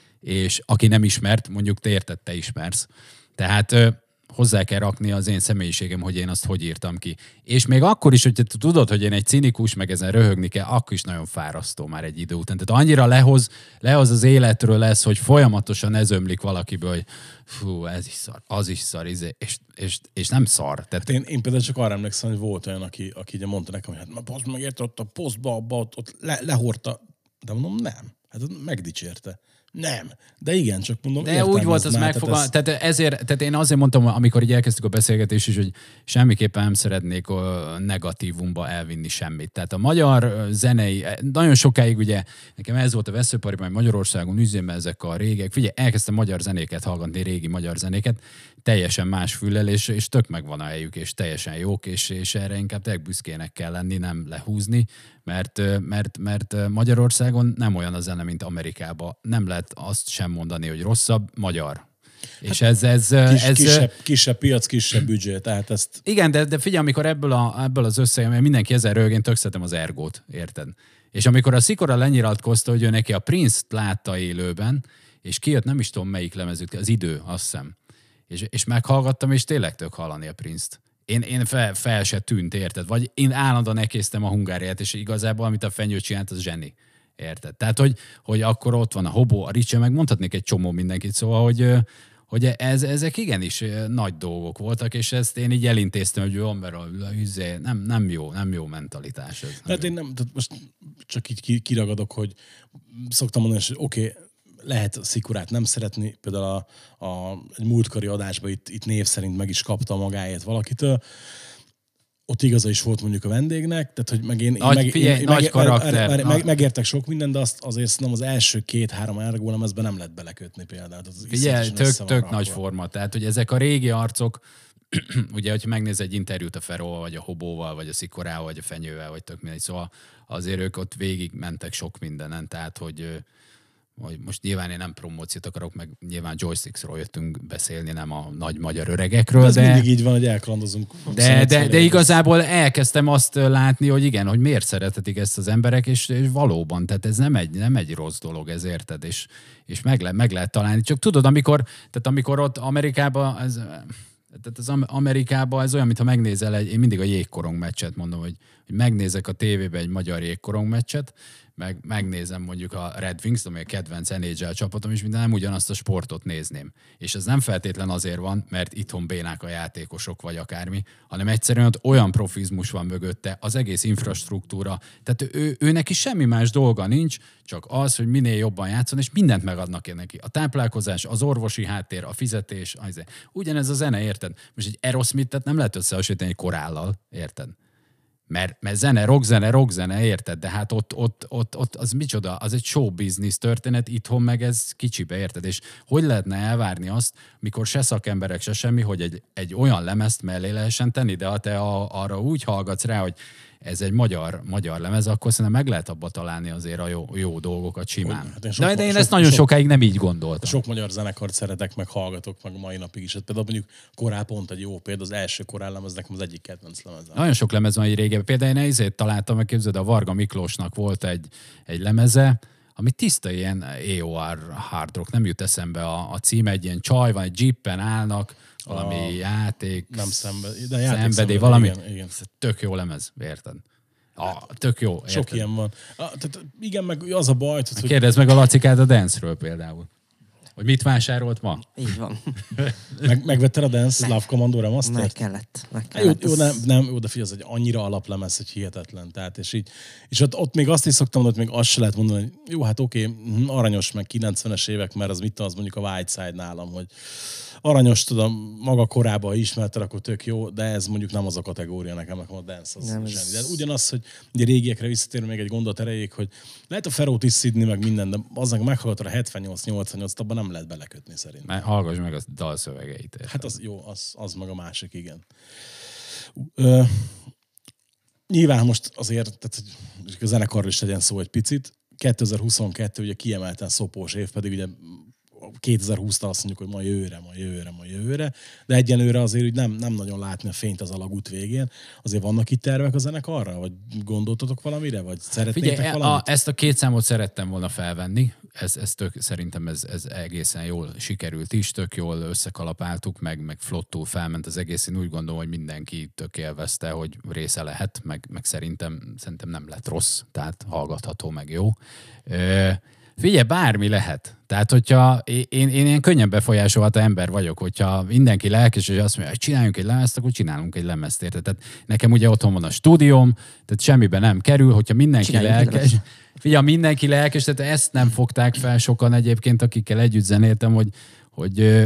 És aki nem ismert, mondjuk te érted, te ismersz. Tehát ö, hozzá kell rakni az én személyiségem, hogy én azt hogy írtam ki. És még akkor is, hogy tudod, hogy én egy cinikus, meg ezen röhögni kell, akkor is nagyon fárasztó már egy idő után. Tehát annyira lehoz, lehoz az életről lesz, hogy folyamatosan ez ömlik valakiből, hogy fú, ez is szar, az is szar, izé, és, és, és nem szar. Tehát Én, én például csak arra emlékszem, hogy volt olyan, aki, aki ugye mondta nekem, hogy hát poszd meg érte, ott a posztba, abba, ott, ott le, lehordta. De mondom, nem. Hát ott megdicsérte. Nem. De igen, csak mondom, de úgy volt az megfogalmazva. Tehát, ez... tehát, tehát én azért mondtam, amikor így elkezdtük a beszélgetést is, hogy semmiképpen nem szeretnék a negatívumba elvinni semmit. Tehát a magyar zenei, nagyon sokáig ugye, nekem ez volt a veszőpariban, Magyarországon üzemben ezek a régek. Figyelj, elkezdtem magyar zenéket hallgatni, régi magyar zenéket, teljesen más füllel, és, és tök megvan a helyük, és teljesen jók, és, és erre inkább tényleg büszkének kell lenni, nem lehúzni, mert, mert, mert Magyarországon nem olyan a zene, mint Amerikában. Nem lehet azt sem mondani, hogy rosszabb, magyar. Hát és ez... ez, kis, ez kisebb, kisebb piac, kisebb büdzsé, tehát ezt... Igen, de, de figyelj, amikor ebből, a, ebből az összeg, mert mindenki ezen röhög, én tök szeretem az Ergót, érted? És amikor a Szikora lenyilatkozta, hogy ő neki a Prince-t látta élőben, és kijött, nem is tudom melyik lemezük, az Idő, azt hiszem. És, és meghallgattam, és tényleg tök hallani a Prince-t. Én, én fel, fel se tűnt, érted? Vagy én állandóan elkésztem a Hungáriát, és igazából, amit a fenyő csinált, az zseni. Érted? Tehát, hogy, hogy akkor ott van a Hobo, a Ricse, meg mondhatnék egy csomó mindenkit, szóval, hogy, hogy ez, ezek igenis nagy dolgok voltak, és ezt én így elintéztem, hogy jó, mert nem, nem jó, nem jó mentalitás. Ez Tehát jó. én nem, tehát most csak így kiragadok, hogy szoktam mondani, hogy oké, okay, lehet Szikurát nem szeretni, például a, a, egy múltkori adásban itt, itt név szerint meg is kapta magáét valakitől. Ott igaza is volt mondjuk a vendégnek, tehát hogy meg én, nagy, meg, figyelj, én nagy meg, karakter. meg, meg, megértek sok minden, de azt azért nem az első két-három Ergólemezben nem lehet belekötni például. Figyelj, tök, tök nagy forma. Tehát, hogy ezek a régi arcok, ugye, hogyha megnéz egy interjút a Feróval, vagy a Hobóval, vagy a Szikorával, vagy a Fenyővel, vagy tök mindegy, szóval azért ők ott végig mentek sok mindenen, tehát, hogy hogy most nyilván én nem promóciót akarok, meg nyilván joysticksról jöttünk beszélni, nem a nagy magyar öregekről. Ez de mindig így van, hogy elkalandozunk. De, de, de igazából elkezdtem azt látni, hogy igen, hogy miért szeretetik ezt az emberek, és, és valóban, tehát ez nem egy, nem egy rossz dolog, ez érted, és, és meg, le, meg lehet találni. Csak tudod, amikor, tehát amikor ott Amerikában, ez, tehát az Amerikában ez olyan, mintha megnézel egy, én mindig a jégkorong meccset mondom, hogy, hogy megnézek a tévében egy magyar jégkorong meccset, meg megnézem mondjuk a Red Wings, ami a kedvenc en há el csapatom, és minden nem ugyanazt a sportot nézném. És ez nem feltétlen azért van, mert itthon bénák a játékosok, vagy akármi, hanem egyszerűen ott olyan profizmus van mögötte, az egész infrastruktúra. Tehát ő, ő neki semmi más dolga nincs, csak az, hogy minél jobban játszon, és mindent megadnak neki. A táplálkozás, az orvosi háttér, a fizetés, azért. Ugyanez a zene, érted? Most egy Aerosmith-et nem lehet összehasonlítani egy korállal, érted? Mert, mert zene, rockzene, rockzene, érted? De hát ott, ott, ott, ott az micsoda? Az egy show business történet, itthon meg ez kicsibe, érted? És hogy lehetne elvárni azt, mikor se szakemberek, se semmi, hogy egy, egy olyan lemezt mellé lehessen tenni, de ha te a, arra úgy hallgatsz rá, hogy ez egy magyar, magyar lemez, akkor szerintem meg lehet abba találni azért a jó, jó dolgokat simán. Hát én sok, de, de én sok, ezt nagyon sok, sokáig nem így gondoltam. Sok magyar zenekart szeretek, meg hallgatok, meg mai napig is. Hát például mondjuk Korál pont egy jó példa, az első Korál lemez nekem az egyik kedvenc lemezem. Nagyon sok lemez van egy régebben. Például én ezért találtam, meg képzeld, a Varga Miklósnak volt egy, egy lemeze, ami tiszta ilyen á o er hard rock, nem jut eszembe a, a cím, egy ilyen csaj van, egy jeepen állnak, valami a, játék, nem szembe, de játék szenvedély, szenvedély, valami. Igen, igen. Tök jó lemez, érted? A, tök jó, érted? Sok ilyen van. A, tehát igen, meg az a baj, hogy... Kérdezd meg a Lacikát a Dance-ről például. Hogy mit vásárolt ma? Így van. Meg, megvetted a Dance Meg. Love Commando Remaster? Meg kellett. Meg Jó, kellett. jó, Ez- nem, nem, jó, de figyelj, az egy annyira alaplemez, hogy hihetetlen. Tehát, és így, és ott, ott még azt is szoktam mondani, hogy még azt se lehet mondani, hogy jó, hát oké, okay, aranyos, meg kilencvenes évek, mert az mit az mondjuk a Whiteside nálam, hogy aranyos, tudom, maga korában ismerted, akkor tök jó, de ez mondjuk nem az a kategória nekem, nekem a dance az Nem, ez- zseni. De ugyanaz, hogy ugye régiekre visszatérő még egy gondot erejéig, hogy lehet a Ferót is szidni, meg minden, de aznak meghallgatod a hetvennyolc nyolcvannyolc, abban nem lehet belekötni szerintem. Mert hallgass meg a dalszövegeit. érted? Hát az jó, az, az meg a másik, igen. Ö, nyilván most azért, tehát, hogy a zenekarról is legyen szó egy picit, kétezer-huszonkettő ugye kiemelten szopós év, pedig ugye kétezer-húsztól azt mondjuk, hogy ma jövőre, ma jövőre, ma jövőre, de egyenlőre azért úgy nem, nem nagyon látni a fényt az alagút végén. Azért vannak itt tervek a zenekarra? Vagy gondoltatok valamire? Vagy szeretnétek Figyelj, valamit? a, ezt a két számot szerettem volna felvenni. Ez, ez tök, szerintem ez, ez egészen jól sikerült is, tök jól összekalapáltuk, meg, meg flottul felment az egész. Én úgy gondolom, hogy mindenki tök élvezte, hogy része lehet, meg, meg szerintem, szerintem nem lett rossz, tehát hallgatható, meg jó. Ö, Figyelj, bármi lehet. Tehát, hogyha én, én, én ilyen könnyen befolyásolható ember vagyok, hogyha mindenki lelkes, és azt mondja, hogy csináljunk egy lemezt, akkor csinálunk egy lemezt, érted? Tehát nekem ugye otthon van a stúdióm, tehát semmibe nem kerül, hogyha mindenki Csináljunk egy lelkes. lemezt. Figyelj, mindenki lelkes, tehát ezt nem fogták fel sokan egyébként, akikkel együtt zenéltem, hogy, hogy ö,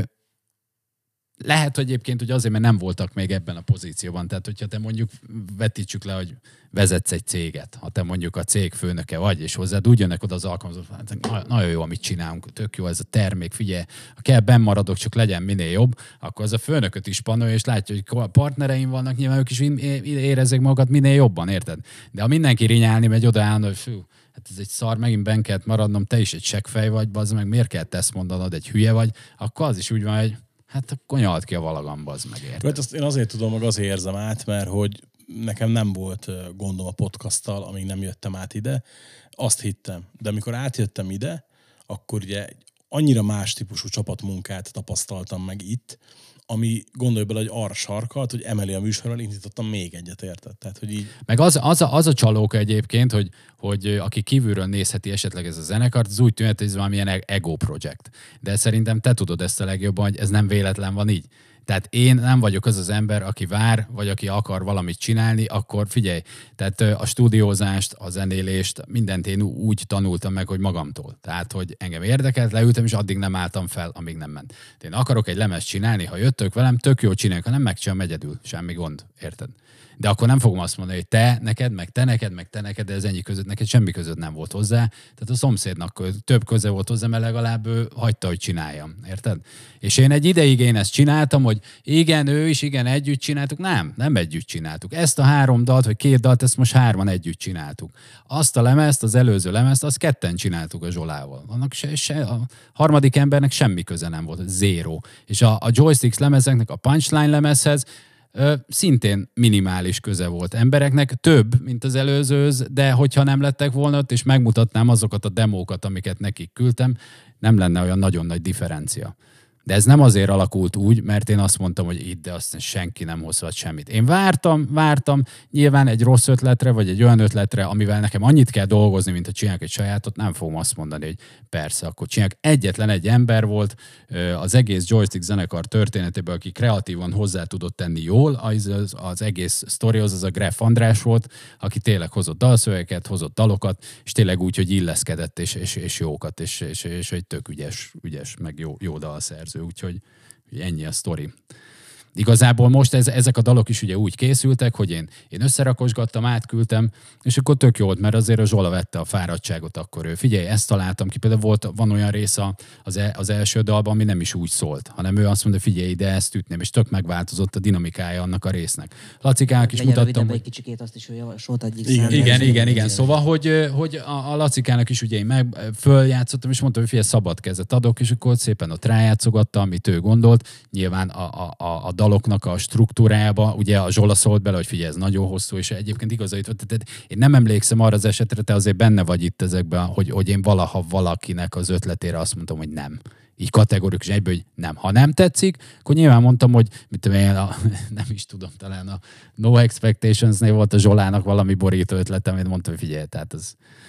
lehet, hogy egyébként hogy azért, mert nem voltak még ebben a pozícióban. Tehát, hogyha te mondjuk vetítsük le, hogy vezetsz egy céget, ha te mondjuk a cég főnöke vagy, és hozzád úgy jönnek oda az alkalmazottak, hát nagyon jó, amit csinálunk, tök jó ez a termék, figyelj, ha kell benn maradok, csak legyen minél jobb, akkor az a főnököt is panolja, és látja, hogy a partnereim vannak, nyilván ők is érezzék magukat minél jobban, érted? De ha mindenki rinyálni megy odaállni, hogy fú, hát ez egy szar, megint benn kellett maradnom, te is egy seggfej vagy, bazd meg, miért kellett ezt mondanod, egy hülye vagy, akkor az is úgy van, hogy hát akkor nyalt ki a valagamba, az meg érted. Hát azt én azért tudom, meg azért érzem át, mert hogy nekem nem volt gondom a podcasttal, amíg nem jöttem át ide. Azt hittem. De amikor átjöttem ide, akkor ugye annyira más típusú csapatmunkát tapasztaltam meg itt, ami gondolj bele, hogy arra sarkalt, hogy emeli a műsorral, indítottam még egyet, érted? Tehát, hogy így... Meg az, az, a, az a csalóka egyébként, hogy, hogy aki kívülről nézheti esetleg ez a zenekart, az úgy tűnhet, hogy ez valamilyen ego projekt. De szerintem te tudod ezt a legjobban, hogy ez nem véletlen van így. Tehát én nem vagyok az az ember, aki vár, vagy aki akar valamit csinálni, akkor figyelj, tehát a stúdiózást, a zenélést, mindent én úgy tanultam meg, hogy magamtól. Tehát, hogy engem érdekelt, leültem, és addig nem álltam fel, amíg nem ment. De én akarok egy lemezt csinálni, ha jöttök velem, tök jó csináljuk, ha nem megcsinálom egyedül, semmi gond, érted? De akkor nem fogom azt mondani, hogy te neked, meg te neked, meg te neked, de ez ennyi között, neked semmi között nem volt hozzá. Tehát a szomszédnak több köze volt hozzá, mert legalább ő hagyta, hogy csináljam. Érted? És én egy ideig én ezt csináltam, hogy igen, ő is, igen, együtt csináltuk. Nem, nem együtt csináltuk. Ezt a három dalt, vagy két dalt, ezt most hárman együtt csináltuk. Azt a lemezt, az előző lemezt, azt ketten csináltuk a Zsolával. Annak se, se, a harmadik embernek semmi köze nem volt, zéro. És a, a Joysticks lemezeknek, a Punchline lemezhez Ö, szintén minimális köze volt embereknek, több, mint az előzőhöz, de hogyha nem lettek volna ott, és megmutatnám azokat a demókat, amiket nekik küldtem, nem lenne olyan nagyon nagy differencia. De ez nem azért alakult úgy, mert én azt mondtam, hogy itt, de azt senki nem hozhat semmit. Én vártam, vártam, nyilván egy rossz ötletre, vagy egy olyan ötletre, amivel nekem annyit kell dolgozni, mint ha csinálok egy sajátot, nem fogom azt mondani, hogy persze, akkor csinálok. Egyetlen egy ember volt az egész Joystick zenekar történetében, aki kreatívan hozzá tudott tenni jól, az, az, az egész sztorihoz, az a Greff András volt, aki tényleg hozott dalszövegeket, hozott dalokat, és tényleg úgy, hogy illeszkedett, és, és, és jókat, és, és, és egy tök ügyes, ügyes meg jó, jó dalszerző. Úgyhogy ennyi a sztori. Igazából most ez, ezek a dalok is ugye úgy készültek, hogy én, én összerakosgattam, átküldtem, és akkor tök jó volt, mert azért a Zsola vette a fáradtságot, akkor ő figyelj, ezt találtam ki, például volt, van olyan része az, el, az első dalban, ami nem is úgy szólt, hanem ő azt mondta, figyelj, de ezt ütném, és tök megváltozott a dinamikája annak a résznek. Lacikának is mutattam, hogy... egy kicsikét azt is ő javasolt egyik Igen, számban. igen, igen, igen. Szóval, hogy, hogy a, a Lacikának is ugye én meg följátszottam, és mondtam, hogy figyelj, szabad kezet adok, és akkor szépen ott rájátszogattam, amit ő gondolt. Nyilván a, a, a, a daloknak a struktúrájába, ugye a Zsola szólt bele, hogy figyelj, ez nagyon hosszú, és egyébként igazait, én nem emlékszem arra az esetre, te azért benne vagy itt ezekben, hogy, hogy én valaha valakinek az ötletére azt mondtam, hogy nem. Így kategórikus egyből, hogy nem. Ha nem tetszik, akkor nyilván mondtam, hogy mit tudom én, a, nem is tudom, talán a No Expectations-nél volt a Zsolának valami borító ötletem, én mondtam, hogy figyelj, tehát az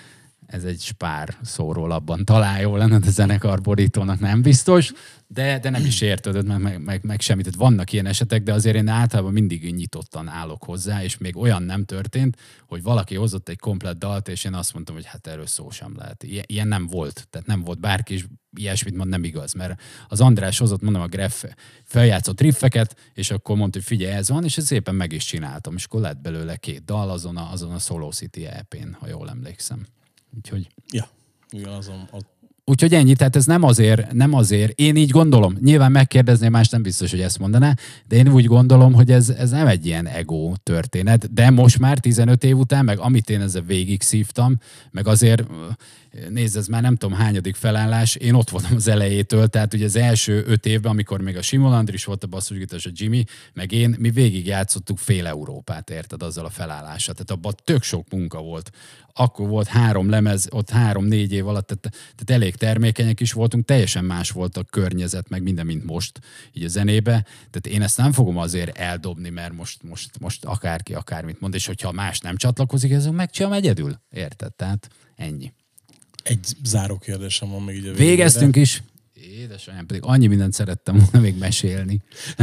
ez egy spár szórólapban talán jó lenne, de zenekarborítónak nem biztos, de, de nem is érted, meg, meg, meg, meg semmit. Tehát vannak ilyen esetek, de azért én általában mindig nyitottan állok hozzá, és még olyan nem történt, hogy valaki hozott egy komplett dalt, és én azt mondtam, hogy hát erről szó sem lehet. Ilyen, ilyen nem volt. Tehát nem volt bárki, és ilyesmit mond, nem igaz, mert az András hozott, mondom, a Greff feljátszott riffeket, és akkor mondta, hogy figyelj, ez van, és ezt szépen meg is csináltam, és akkor lett belőle két dal azon a, azon a Solo City é pén, ha jól emlékszem. Úgyhogy... Ja, igen, azon... Az... Úgyhogy ennyi, tehát ez nem azért, nem azért, én így gondolom, nyilván megkérdezném, más nem biztos, hogy ezt mondaná, de én úgy gondolom, hogy ez, ez nem egy ilyen ego történet, de most már tizenöt év után, meg amit én ezzel végig szívtam, meg azért, nézd, ez már nem tudom hányadik felállás, én ott voltam az elejétől, tehát ugye az első öt évben, amikor még a Simon Andris volt a basszusgitáros, a Jimmy, meg én, mi végig játszottuk fél Európát, érted, azzal a felállással, tehát abban tök sok munka volt. Akkor volt három lemez, ott három-négy év alatt, tehát, tehát elég termékenyek is voltunk, teljesen más volt a környezet, meg minden, mint most így a zenébe. Tehát én ezt nem fogom azért eldobni, mert most, most, most akárki akármit mond, és hogyha más nem csatlakozik, ezzel megcsinálom egyedül. Érted? Tehát ennyi. Egy záró kérdésem van még így a végére. Végeztünk is. Édesanyám, pedig annyi mindent szerettem volna még mesélni.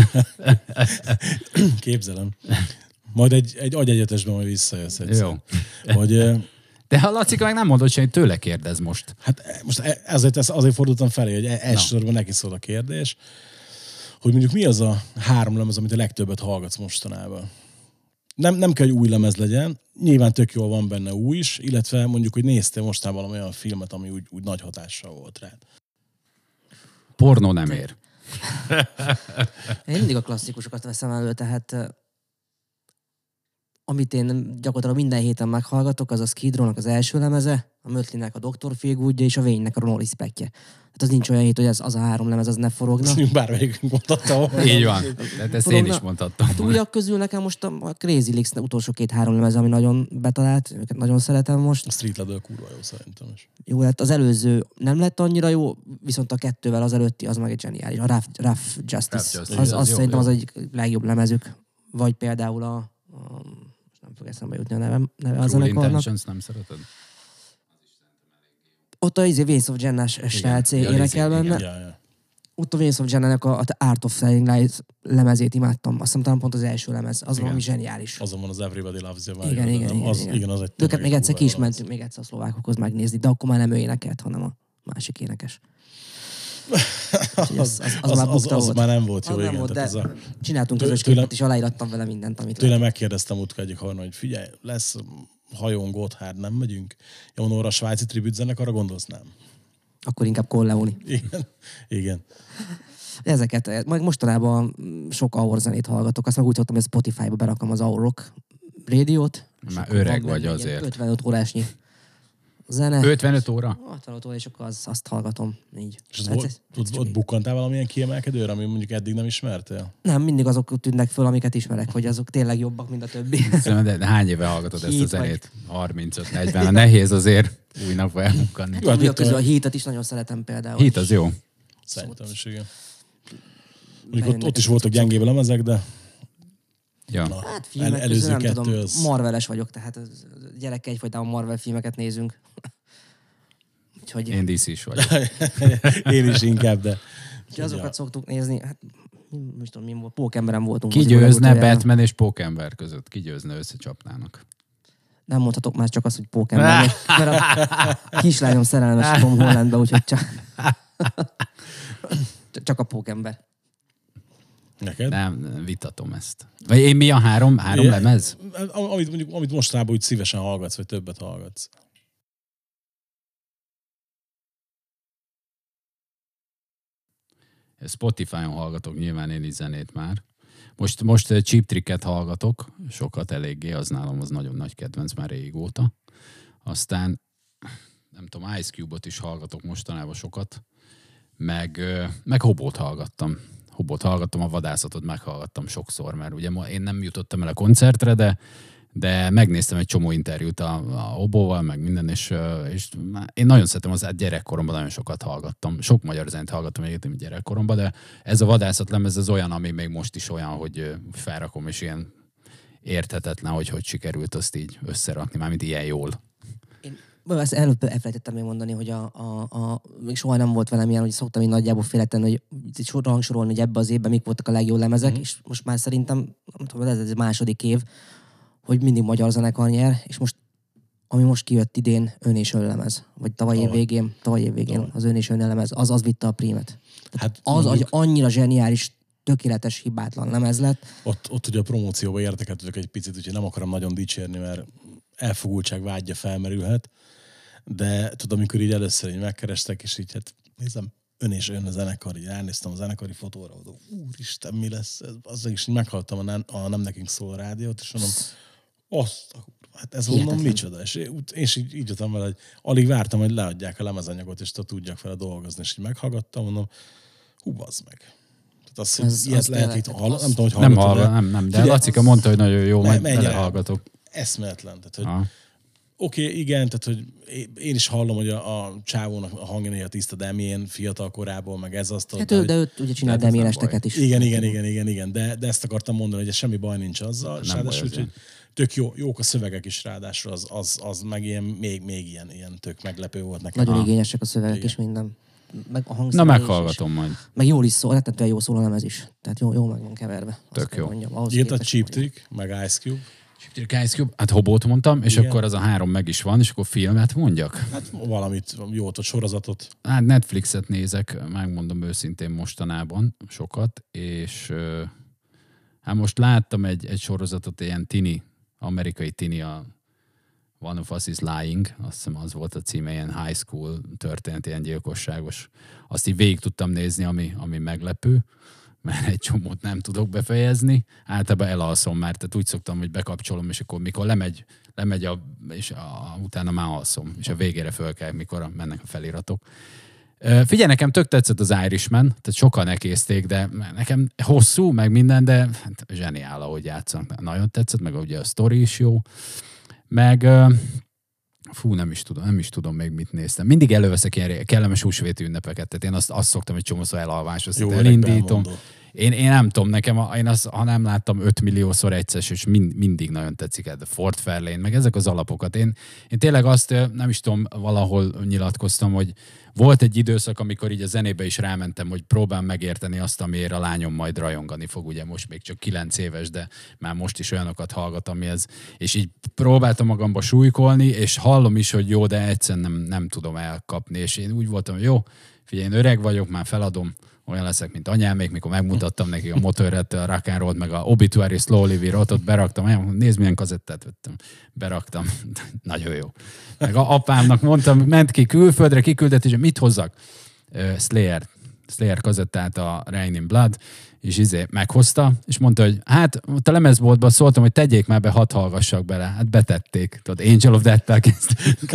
Képzelem. Majd egy, egy agyegyetesben majd visszajössz egyszer. Jó. Hogy, de ha Lacika meg nem mondott semmit, tőle kérdez most. hát most ezért, azért fordultam felé, hogy elsősorban neki szól a kérdés, hogy mondjuk mi az a három lemez, amit a legtöbbet hallgatsz mostanában? Nem, nem kell, hogy új lemez legyen, nyilván tök jól van benne új is, illetve mondjuk, hogy néztél mostában valami olyan filmet, ami úgy, úgy nagy hatással volt rád. Pornó nem ér. Én mindig a klasszikusokat veszem elő, tehát amit én gyakorlatilag minden héten meghallgatok, az a Skid Row-nak az első lemeze, a Mötleynek a doktor Feelgoodja és a Wayne-nek a No Respect-je. Hát az nincs olyan hét, hogy ez, az a három lemez, az ne forogna. Bármelyikünk mondhatta. Így van. Tehát ezt én is mondhattam. Hát újak közül nekem most a Crazy Leaks utolsó két-három lemez, ami nagyon betalált, őket nagyon szeretem most. A Street Level kurva jó szerintem is. Jó lett, az előző nem lett annyira jó, viszont a kettővel az előtti az meg egy zseniális. A Rough, Rough Justice. Rough Justice. Az, Az az jó, szerintem jó. az egy legjobb lemezük. Vagy például a, a nem fog eszembe jutni a neve, neve a Cruel zenekarnak. Intentions nem szereted? Ott a izé, Wings of Jannás srác Ja, énekel Lizzy, benne. Ja, ja. Ott a Wings of Jannának a, a Art of Telling Lies lemezét imádtam. Azt hiszem talán pont az első lemez. Az Igen. valami zseniális. Azon van az Everybody Loves You. Igen, igen, nem? igen, Az, igen. igen, az egy De őket még egyszer ki is kurva jó mentünk még egyszer a szlovákokhoz megnézni, de akkor már nem ő énekelt, hanem a másik énekes. Úgyhogy Az, az, az, az, az, már az, bukta az volt. már nem volt jó, Az nem igen. volt, Tehát de ez a, csináltunk Tő- közös tőlem- képet, és aláírattam vele mindent, amit tőle lehet. megkérdeztem utka egyik hajnal, hogy figyelj, lesz hajón Gotthard, nem megyünk? Jó, Nóra, a svájci tribute zenekarra gondolsz? Nem. Akkor inkább Corleone. Igen. Igen. Ezeket, majd mostanában sok Aur zenét hallgatok, azt meg úgy szoktam, hogy Spotify-ba berakom az Aur Rock rádiót. Már öreg vagy azért. ötvenöt órásnyi zene. ötvenöt óra? ötvenöt óra, és akkor az, azt hallgatom így. És az Hát volt, ez- ott, csak ott így. bukkantál valamilyen kiemelkedőre, ami mondjuk eddig nem ismertél? Nem, mindig azok tűnnek föl, amiket ismerek, hogy azok tényleg jobbak, mint a többi. Szerintem, De, de hány éve hallgatod ezt a Hét zenét? harmincöt negyven. Nehéz azért új nap elmunkani. Jó, hát Újak itt közül a a- Heat-et is nagyon szeretem például. Hit az jó. Szerintem is, igen. Mondjuk ott, Bejönnek ott is ezek voltak a cuccok. gyengébb lemezek, de Ja. na, Hát filmek el, közül előző nem kettő tudom, az... Marveles vagyok, tehát az- gyerekkel egyfolytában Marvel filmeket nézünk. Úgyhogy Én dé cé is vagyok. Én is inkább, de... úgyhogy azokat szoktuk nézni. Hát, nem is tudom, mi volt. Pókemberen voltunk. Ki moziban győzne legutoljára. Batman és Pókember között? Ki győzne, összecsapnának? Nem mondhatok már csak azt, hogy Pókember. Mert a kislányom szerelmes Tom Hollandba, úgyhogy csak... csak a Pókember. Neked? Nem, vitatom ezt. Vagy én mi a három, három Igen. lemez? Amit, mondjuk, amit mostanában úgy szívesen hallgatsz, vagy többet hallgatsz. Spotify-on hallgatok nyilván én is zenét már. Most, most eh, Cheap Tricket hallgatok, sokat eléggé, az nálam az nagyon nagy kedvenc már régóta. Aztán nem tudom, Ice Cube-ot is hallgatok mostanában sokat, meg, eh, meg Hobót hallgattam. Hobót hallgattam, a vadászatot meghallgattam sokszor, mert ugye ma én nem jutottam el a koncertre, de de megnéztem egy csomó interjút a, a Hobóval, meg minden, és, ö, és én nagyon szeretem, az gyerekkoromban nagyon sokat hallgattam. Sok magyar zenét hallgattam egyébként gyerekkoromban, de ez a vadászat lemez az olyan, ami még most is olyan, hogy ö, felrakom, és ilyen érthetetlen, hogy hogy sikerült azt így összerakni, mármint ilyen jól. Én Ezt előbb elfelejtettem még mondani, hogy a, a, a, még soha nem volt velem ilyen, hogy szoktam én nagyjából félretenni, hogy rangsorolni, hogy ebbe az évben mik voltak a legjobb lemezek, mm-hmm. és most már szerintem, nem tudom, ez a második év, hogy mindig magyar zenekar nyer, és most, ami most kijött idén, Ön és Ön lemez, vagy tavaly év végén, tavaly év végén tavaly. Az Ön és Ön lemez, az az vitte a prímet. Hát az, mondjuk... az annyira zseniális, tökéletes, hibátlan lemez lett. Ott, ott ugye a promócióban érdekeltük egy picit, úgyhogy nem akarom nagyon dicsérni, mert elfogultság vágya felmerülhet. De tudom, amikor így először így megkerestek, és így hát nézem, Ön és Ön a zenekar, így elnéztem a zenekari fotóra, hogy úristen, mi lesz ez? Azzal is így meghallottam a nem, a nem nekünk szól rádiót, és mondom, azt, hát ez mondom, micsoda. És, és így, így jöttem vele, hogy alig vártam, hogy leadják a lemezanyagot, és tudjak vele dolgozni, és így meghallgattam, mondom, hú, bazd meg. Tehát azt, hogy ez, ilyet lehet itt hallani, nem tudom, hogy nem hallgatom. Nem, nem, de Lacika mondta, hogy nagyon jó, majd belehallgatok. Eszméletlen. Tehát, hogy oké, okay, igen, tehát hogy én is hallom, hogy a, a csávónak a hangja néha tiszta Damien fiatal korából, meg ez azt. Hát ő, de ő ugye csinál Damien esteket is. Igen, igen, igen, igen, igen, de, de ezt akartam mondani, hogy semmi baj nincs azzal. Ráadásul, hogy tök jó, jók a szövegek is ráadásul, az, az, az meg ilyen, még, még ilyen, ilyen tök meglepő volt nekem. Nagyon ah. igényesek a szövegek igen. is minden. Meg a Na meghallgatom is. Majd. Meg jól is szól, rettentően jó szól a lemez is. Tehát jó, jó meg van keverve. Tök jó. Írt a Cheap Trick, meg Ice Cube. Cheap Trick, Ice Cube, hát Hobót mondtam, és igen. Akkor az a három meg is van, és akkor filmet mondjak? Hát valamit, jót, sorozatot. Hát Netflixet nézek, megmondom őszintén mostanában sokat, és hát most láttam egy, egy sorozatot, ilyen tini, amerikai tini, a One of Us is Lying, azt hiszem az volt a címe, ilyen high school történet, ilyen gyilkosságos. Azt így végig tudtam nézni, ami, ami meglepő, mert egy csomót nem tudok befejezni. Általában elalszom már, tehát úgy szoktam, hogy bekapcsolom, és akkor mikor lemegy, lemegy a, és a, utána már alszom, és a végére föl kell, mikor mennek a feliratok. Figyelj, nekem tök tetszett az Irishman, tehát sokan ekészték, de nekem hosszú, meg minden, de hát zseniál, ahogy játszanak. Nagyon tetszett, meg ugye a sztori is jó. Meg, fú, nem is tudom, nem is tudom még mit néztem. Mindig előveszek ilyen kellemes húsvéti ünnepeket, tehát én azt, azt szoktam, hogy csomószor elalvás, azt elindítom. Én, én nem tudom, nekem, én azt, ha nem láttam öt milliószor egyszer, és mind, mindig nagyon tetszik ez a Ford Fairlane, meg ezek az alapokat. Én, én tényleg azt, nem is tudom, valahol nyilatkoztam, hogy volt egy időszak, amikor így a zenébe is rámentem, hogy próbálom megérteni azt, amiért a lányom majd rajongani fog. Ugye most még csak kilenc éves, de már most is olyanokat hallgat, ami ez. És így próbáltam magamba súlykolni, és hallom is, hogy jó, de egyszerűen nem, nem tudom elkapni. És én úgy voltam, hogy jó, figyelj, én öreg vagyok, már feladom, olyan leszek, mint anyámék, mikor megmutattam nekik a Motorhead, a Rock and Roll-t, meg a Obituary Slow Live-ot, ott beraktam, nézd, milyen kazettát vettem. Beraktam. Nagyon jó. Meg a apámnak mondtam, ment ki külföldre, kiküldött, és mit hozzak? Uh, Slayer. Slayer kazettát, a Rain in Blood, és izé meghozta, és mondta, hogy hát ott a lemezboltban szóltam, hogy tegyék már be, hadd hallgassak bele. Hát betették. Tudod, Angel of Death-tel kezdtük.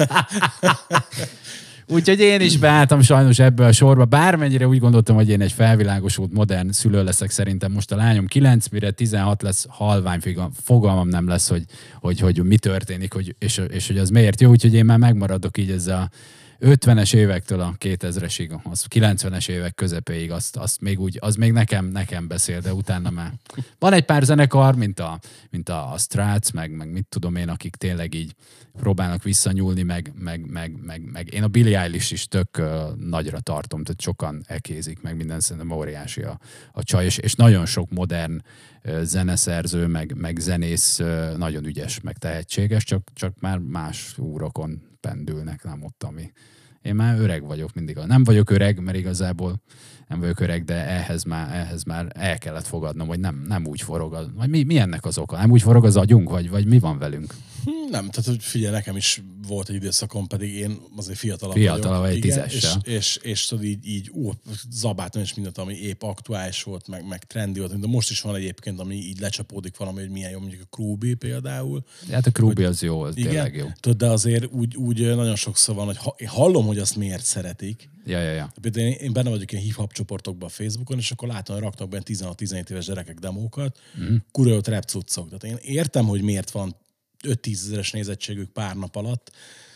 Úgyhogy én is beálltam sajnos ebbe a sorba, bármennyire úgy gondoltam, hogy én egy felvilágosult, modern szülő leszek, szerintem most a lányom kilenc, mire tizenhat lesz, halvány fogalmam nem lesz, hogy, hogy, hogy mi történik, hogy, és, és hogy az miért jó, úgyhogy én már megmaradok így ezzel a ötvenes évektől a kétezresig, az kilencvenes évek közepéig, azt, azt még úgy, az még nekem, nekem beszél, de utána már van egy pár zenekar, mint a, mint a Strats, meg, meg mit tudom én, akik tényleg így próbálnak visszanyúlni, meg, meg, meg, meg, meg én a Billie Eilish is tök uh, nagyra tartom, tehát sokan ekézik, meg minden szerintem óriási a, a csaj, és, és nagyon sok modern uh, zeneszerző, meg, meg zenész uh, nagyon ügyes, meg tehetséges, csak, csak már más úrokon pendülnek, nem ott, ami... Én már öreg vagyok mindig. Nem vagyok öreg, mert igazából nem vagyok öreg, de ehhez már, ehhez már el kellett fogadnom, hogy nem, nem úgy forog az... Vagy mi, mi ennek az oka? Nem úgy forog az agyunk, vagy, vagy mi van velünk? Nem, tehát hogy figyelj, nekem is volt egy időszakom, pedig én azért fiatalabb Fiatalabb vagyok. egy tízessel. És, és, és tudod, így, így ú, zabáltam és mindent, ami épp aktuális volt, meg, meg trendi volt. De most is van egyébként, ami így lecsapódik valami, hogy milyen jó, mondjuk a Krúbi például. Hát a Krúbi az jó, az igen, tényleg jó. Tudod, de azért úgy, úgy nagyon sokszor van, hogy ha, én hallom, hogy azt miért szeretik. Ja, ja, ja. Például én, én benne vagyok ilyen hip-hop csoportokban a Facebookon, és akkor látom, hogy raknak benne tizenhat-tizenhét éves gyerekek demókat, mm. kurva jó trap cuccok. Tehát én értem, hogy miért van öt-tízezeres nézettségük pár nap alatt,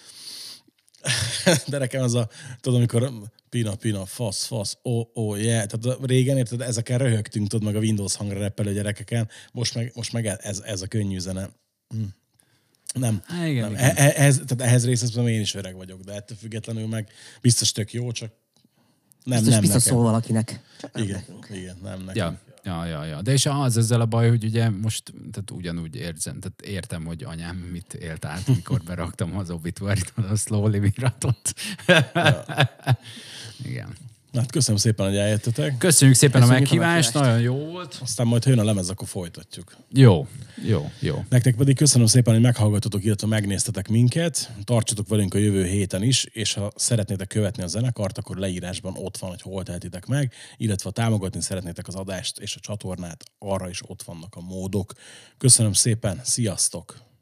de nekem az a, tudod, amikor pina, pina, fasz, fasz, ó, oh, ó, oh, yeah. Tehát régen, érted, ezeken röhögtünk, tudod, meg a Windows hangra reppelő gyerekeken, most meg, most meg ez, ez a könnyű zene. Mm. Nem. Há, igen, nem. igen. E- ehhez, tehát ehhez részben én is öreg vagyok, de ettől függetlenül meg biztos tök jó, csak nem, Biztos, nem biztos nekem. szól valakinek. Csak nem Igen, nekünk. igen, nem nekem. Ja, ja, ja, ja. De és az ezzel a baj, hogy ugye most tehát ugyanúgy érzem, tehát értem, hogy anyám mit élt át, mikor beraktam az obituárit, a slow liviratot. Ja. Igen. Hát köszönöm szépen, hogy eljöttetek. Köszönjük szépen Köszönjük a meghívást, a nagyon jó volt. Aztán majd, ha jön a lemez, akkor folytatjuk. Jó, jó, jó. Nektek pedig köszönöm szépen, hogy meghallgatotok, illetve megnéztetek minket. Tartsatok velünk a jövő héten is, és ha szeretnétek követni a zenekart, akkor leírásban ott van, hogy hol tehetitek meg, illetve ha támogatni szeretnétek az adást és a csatornát, arra is ott vannak a módok. Köszönöm szépen, sziasztok!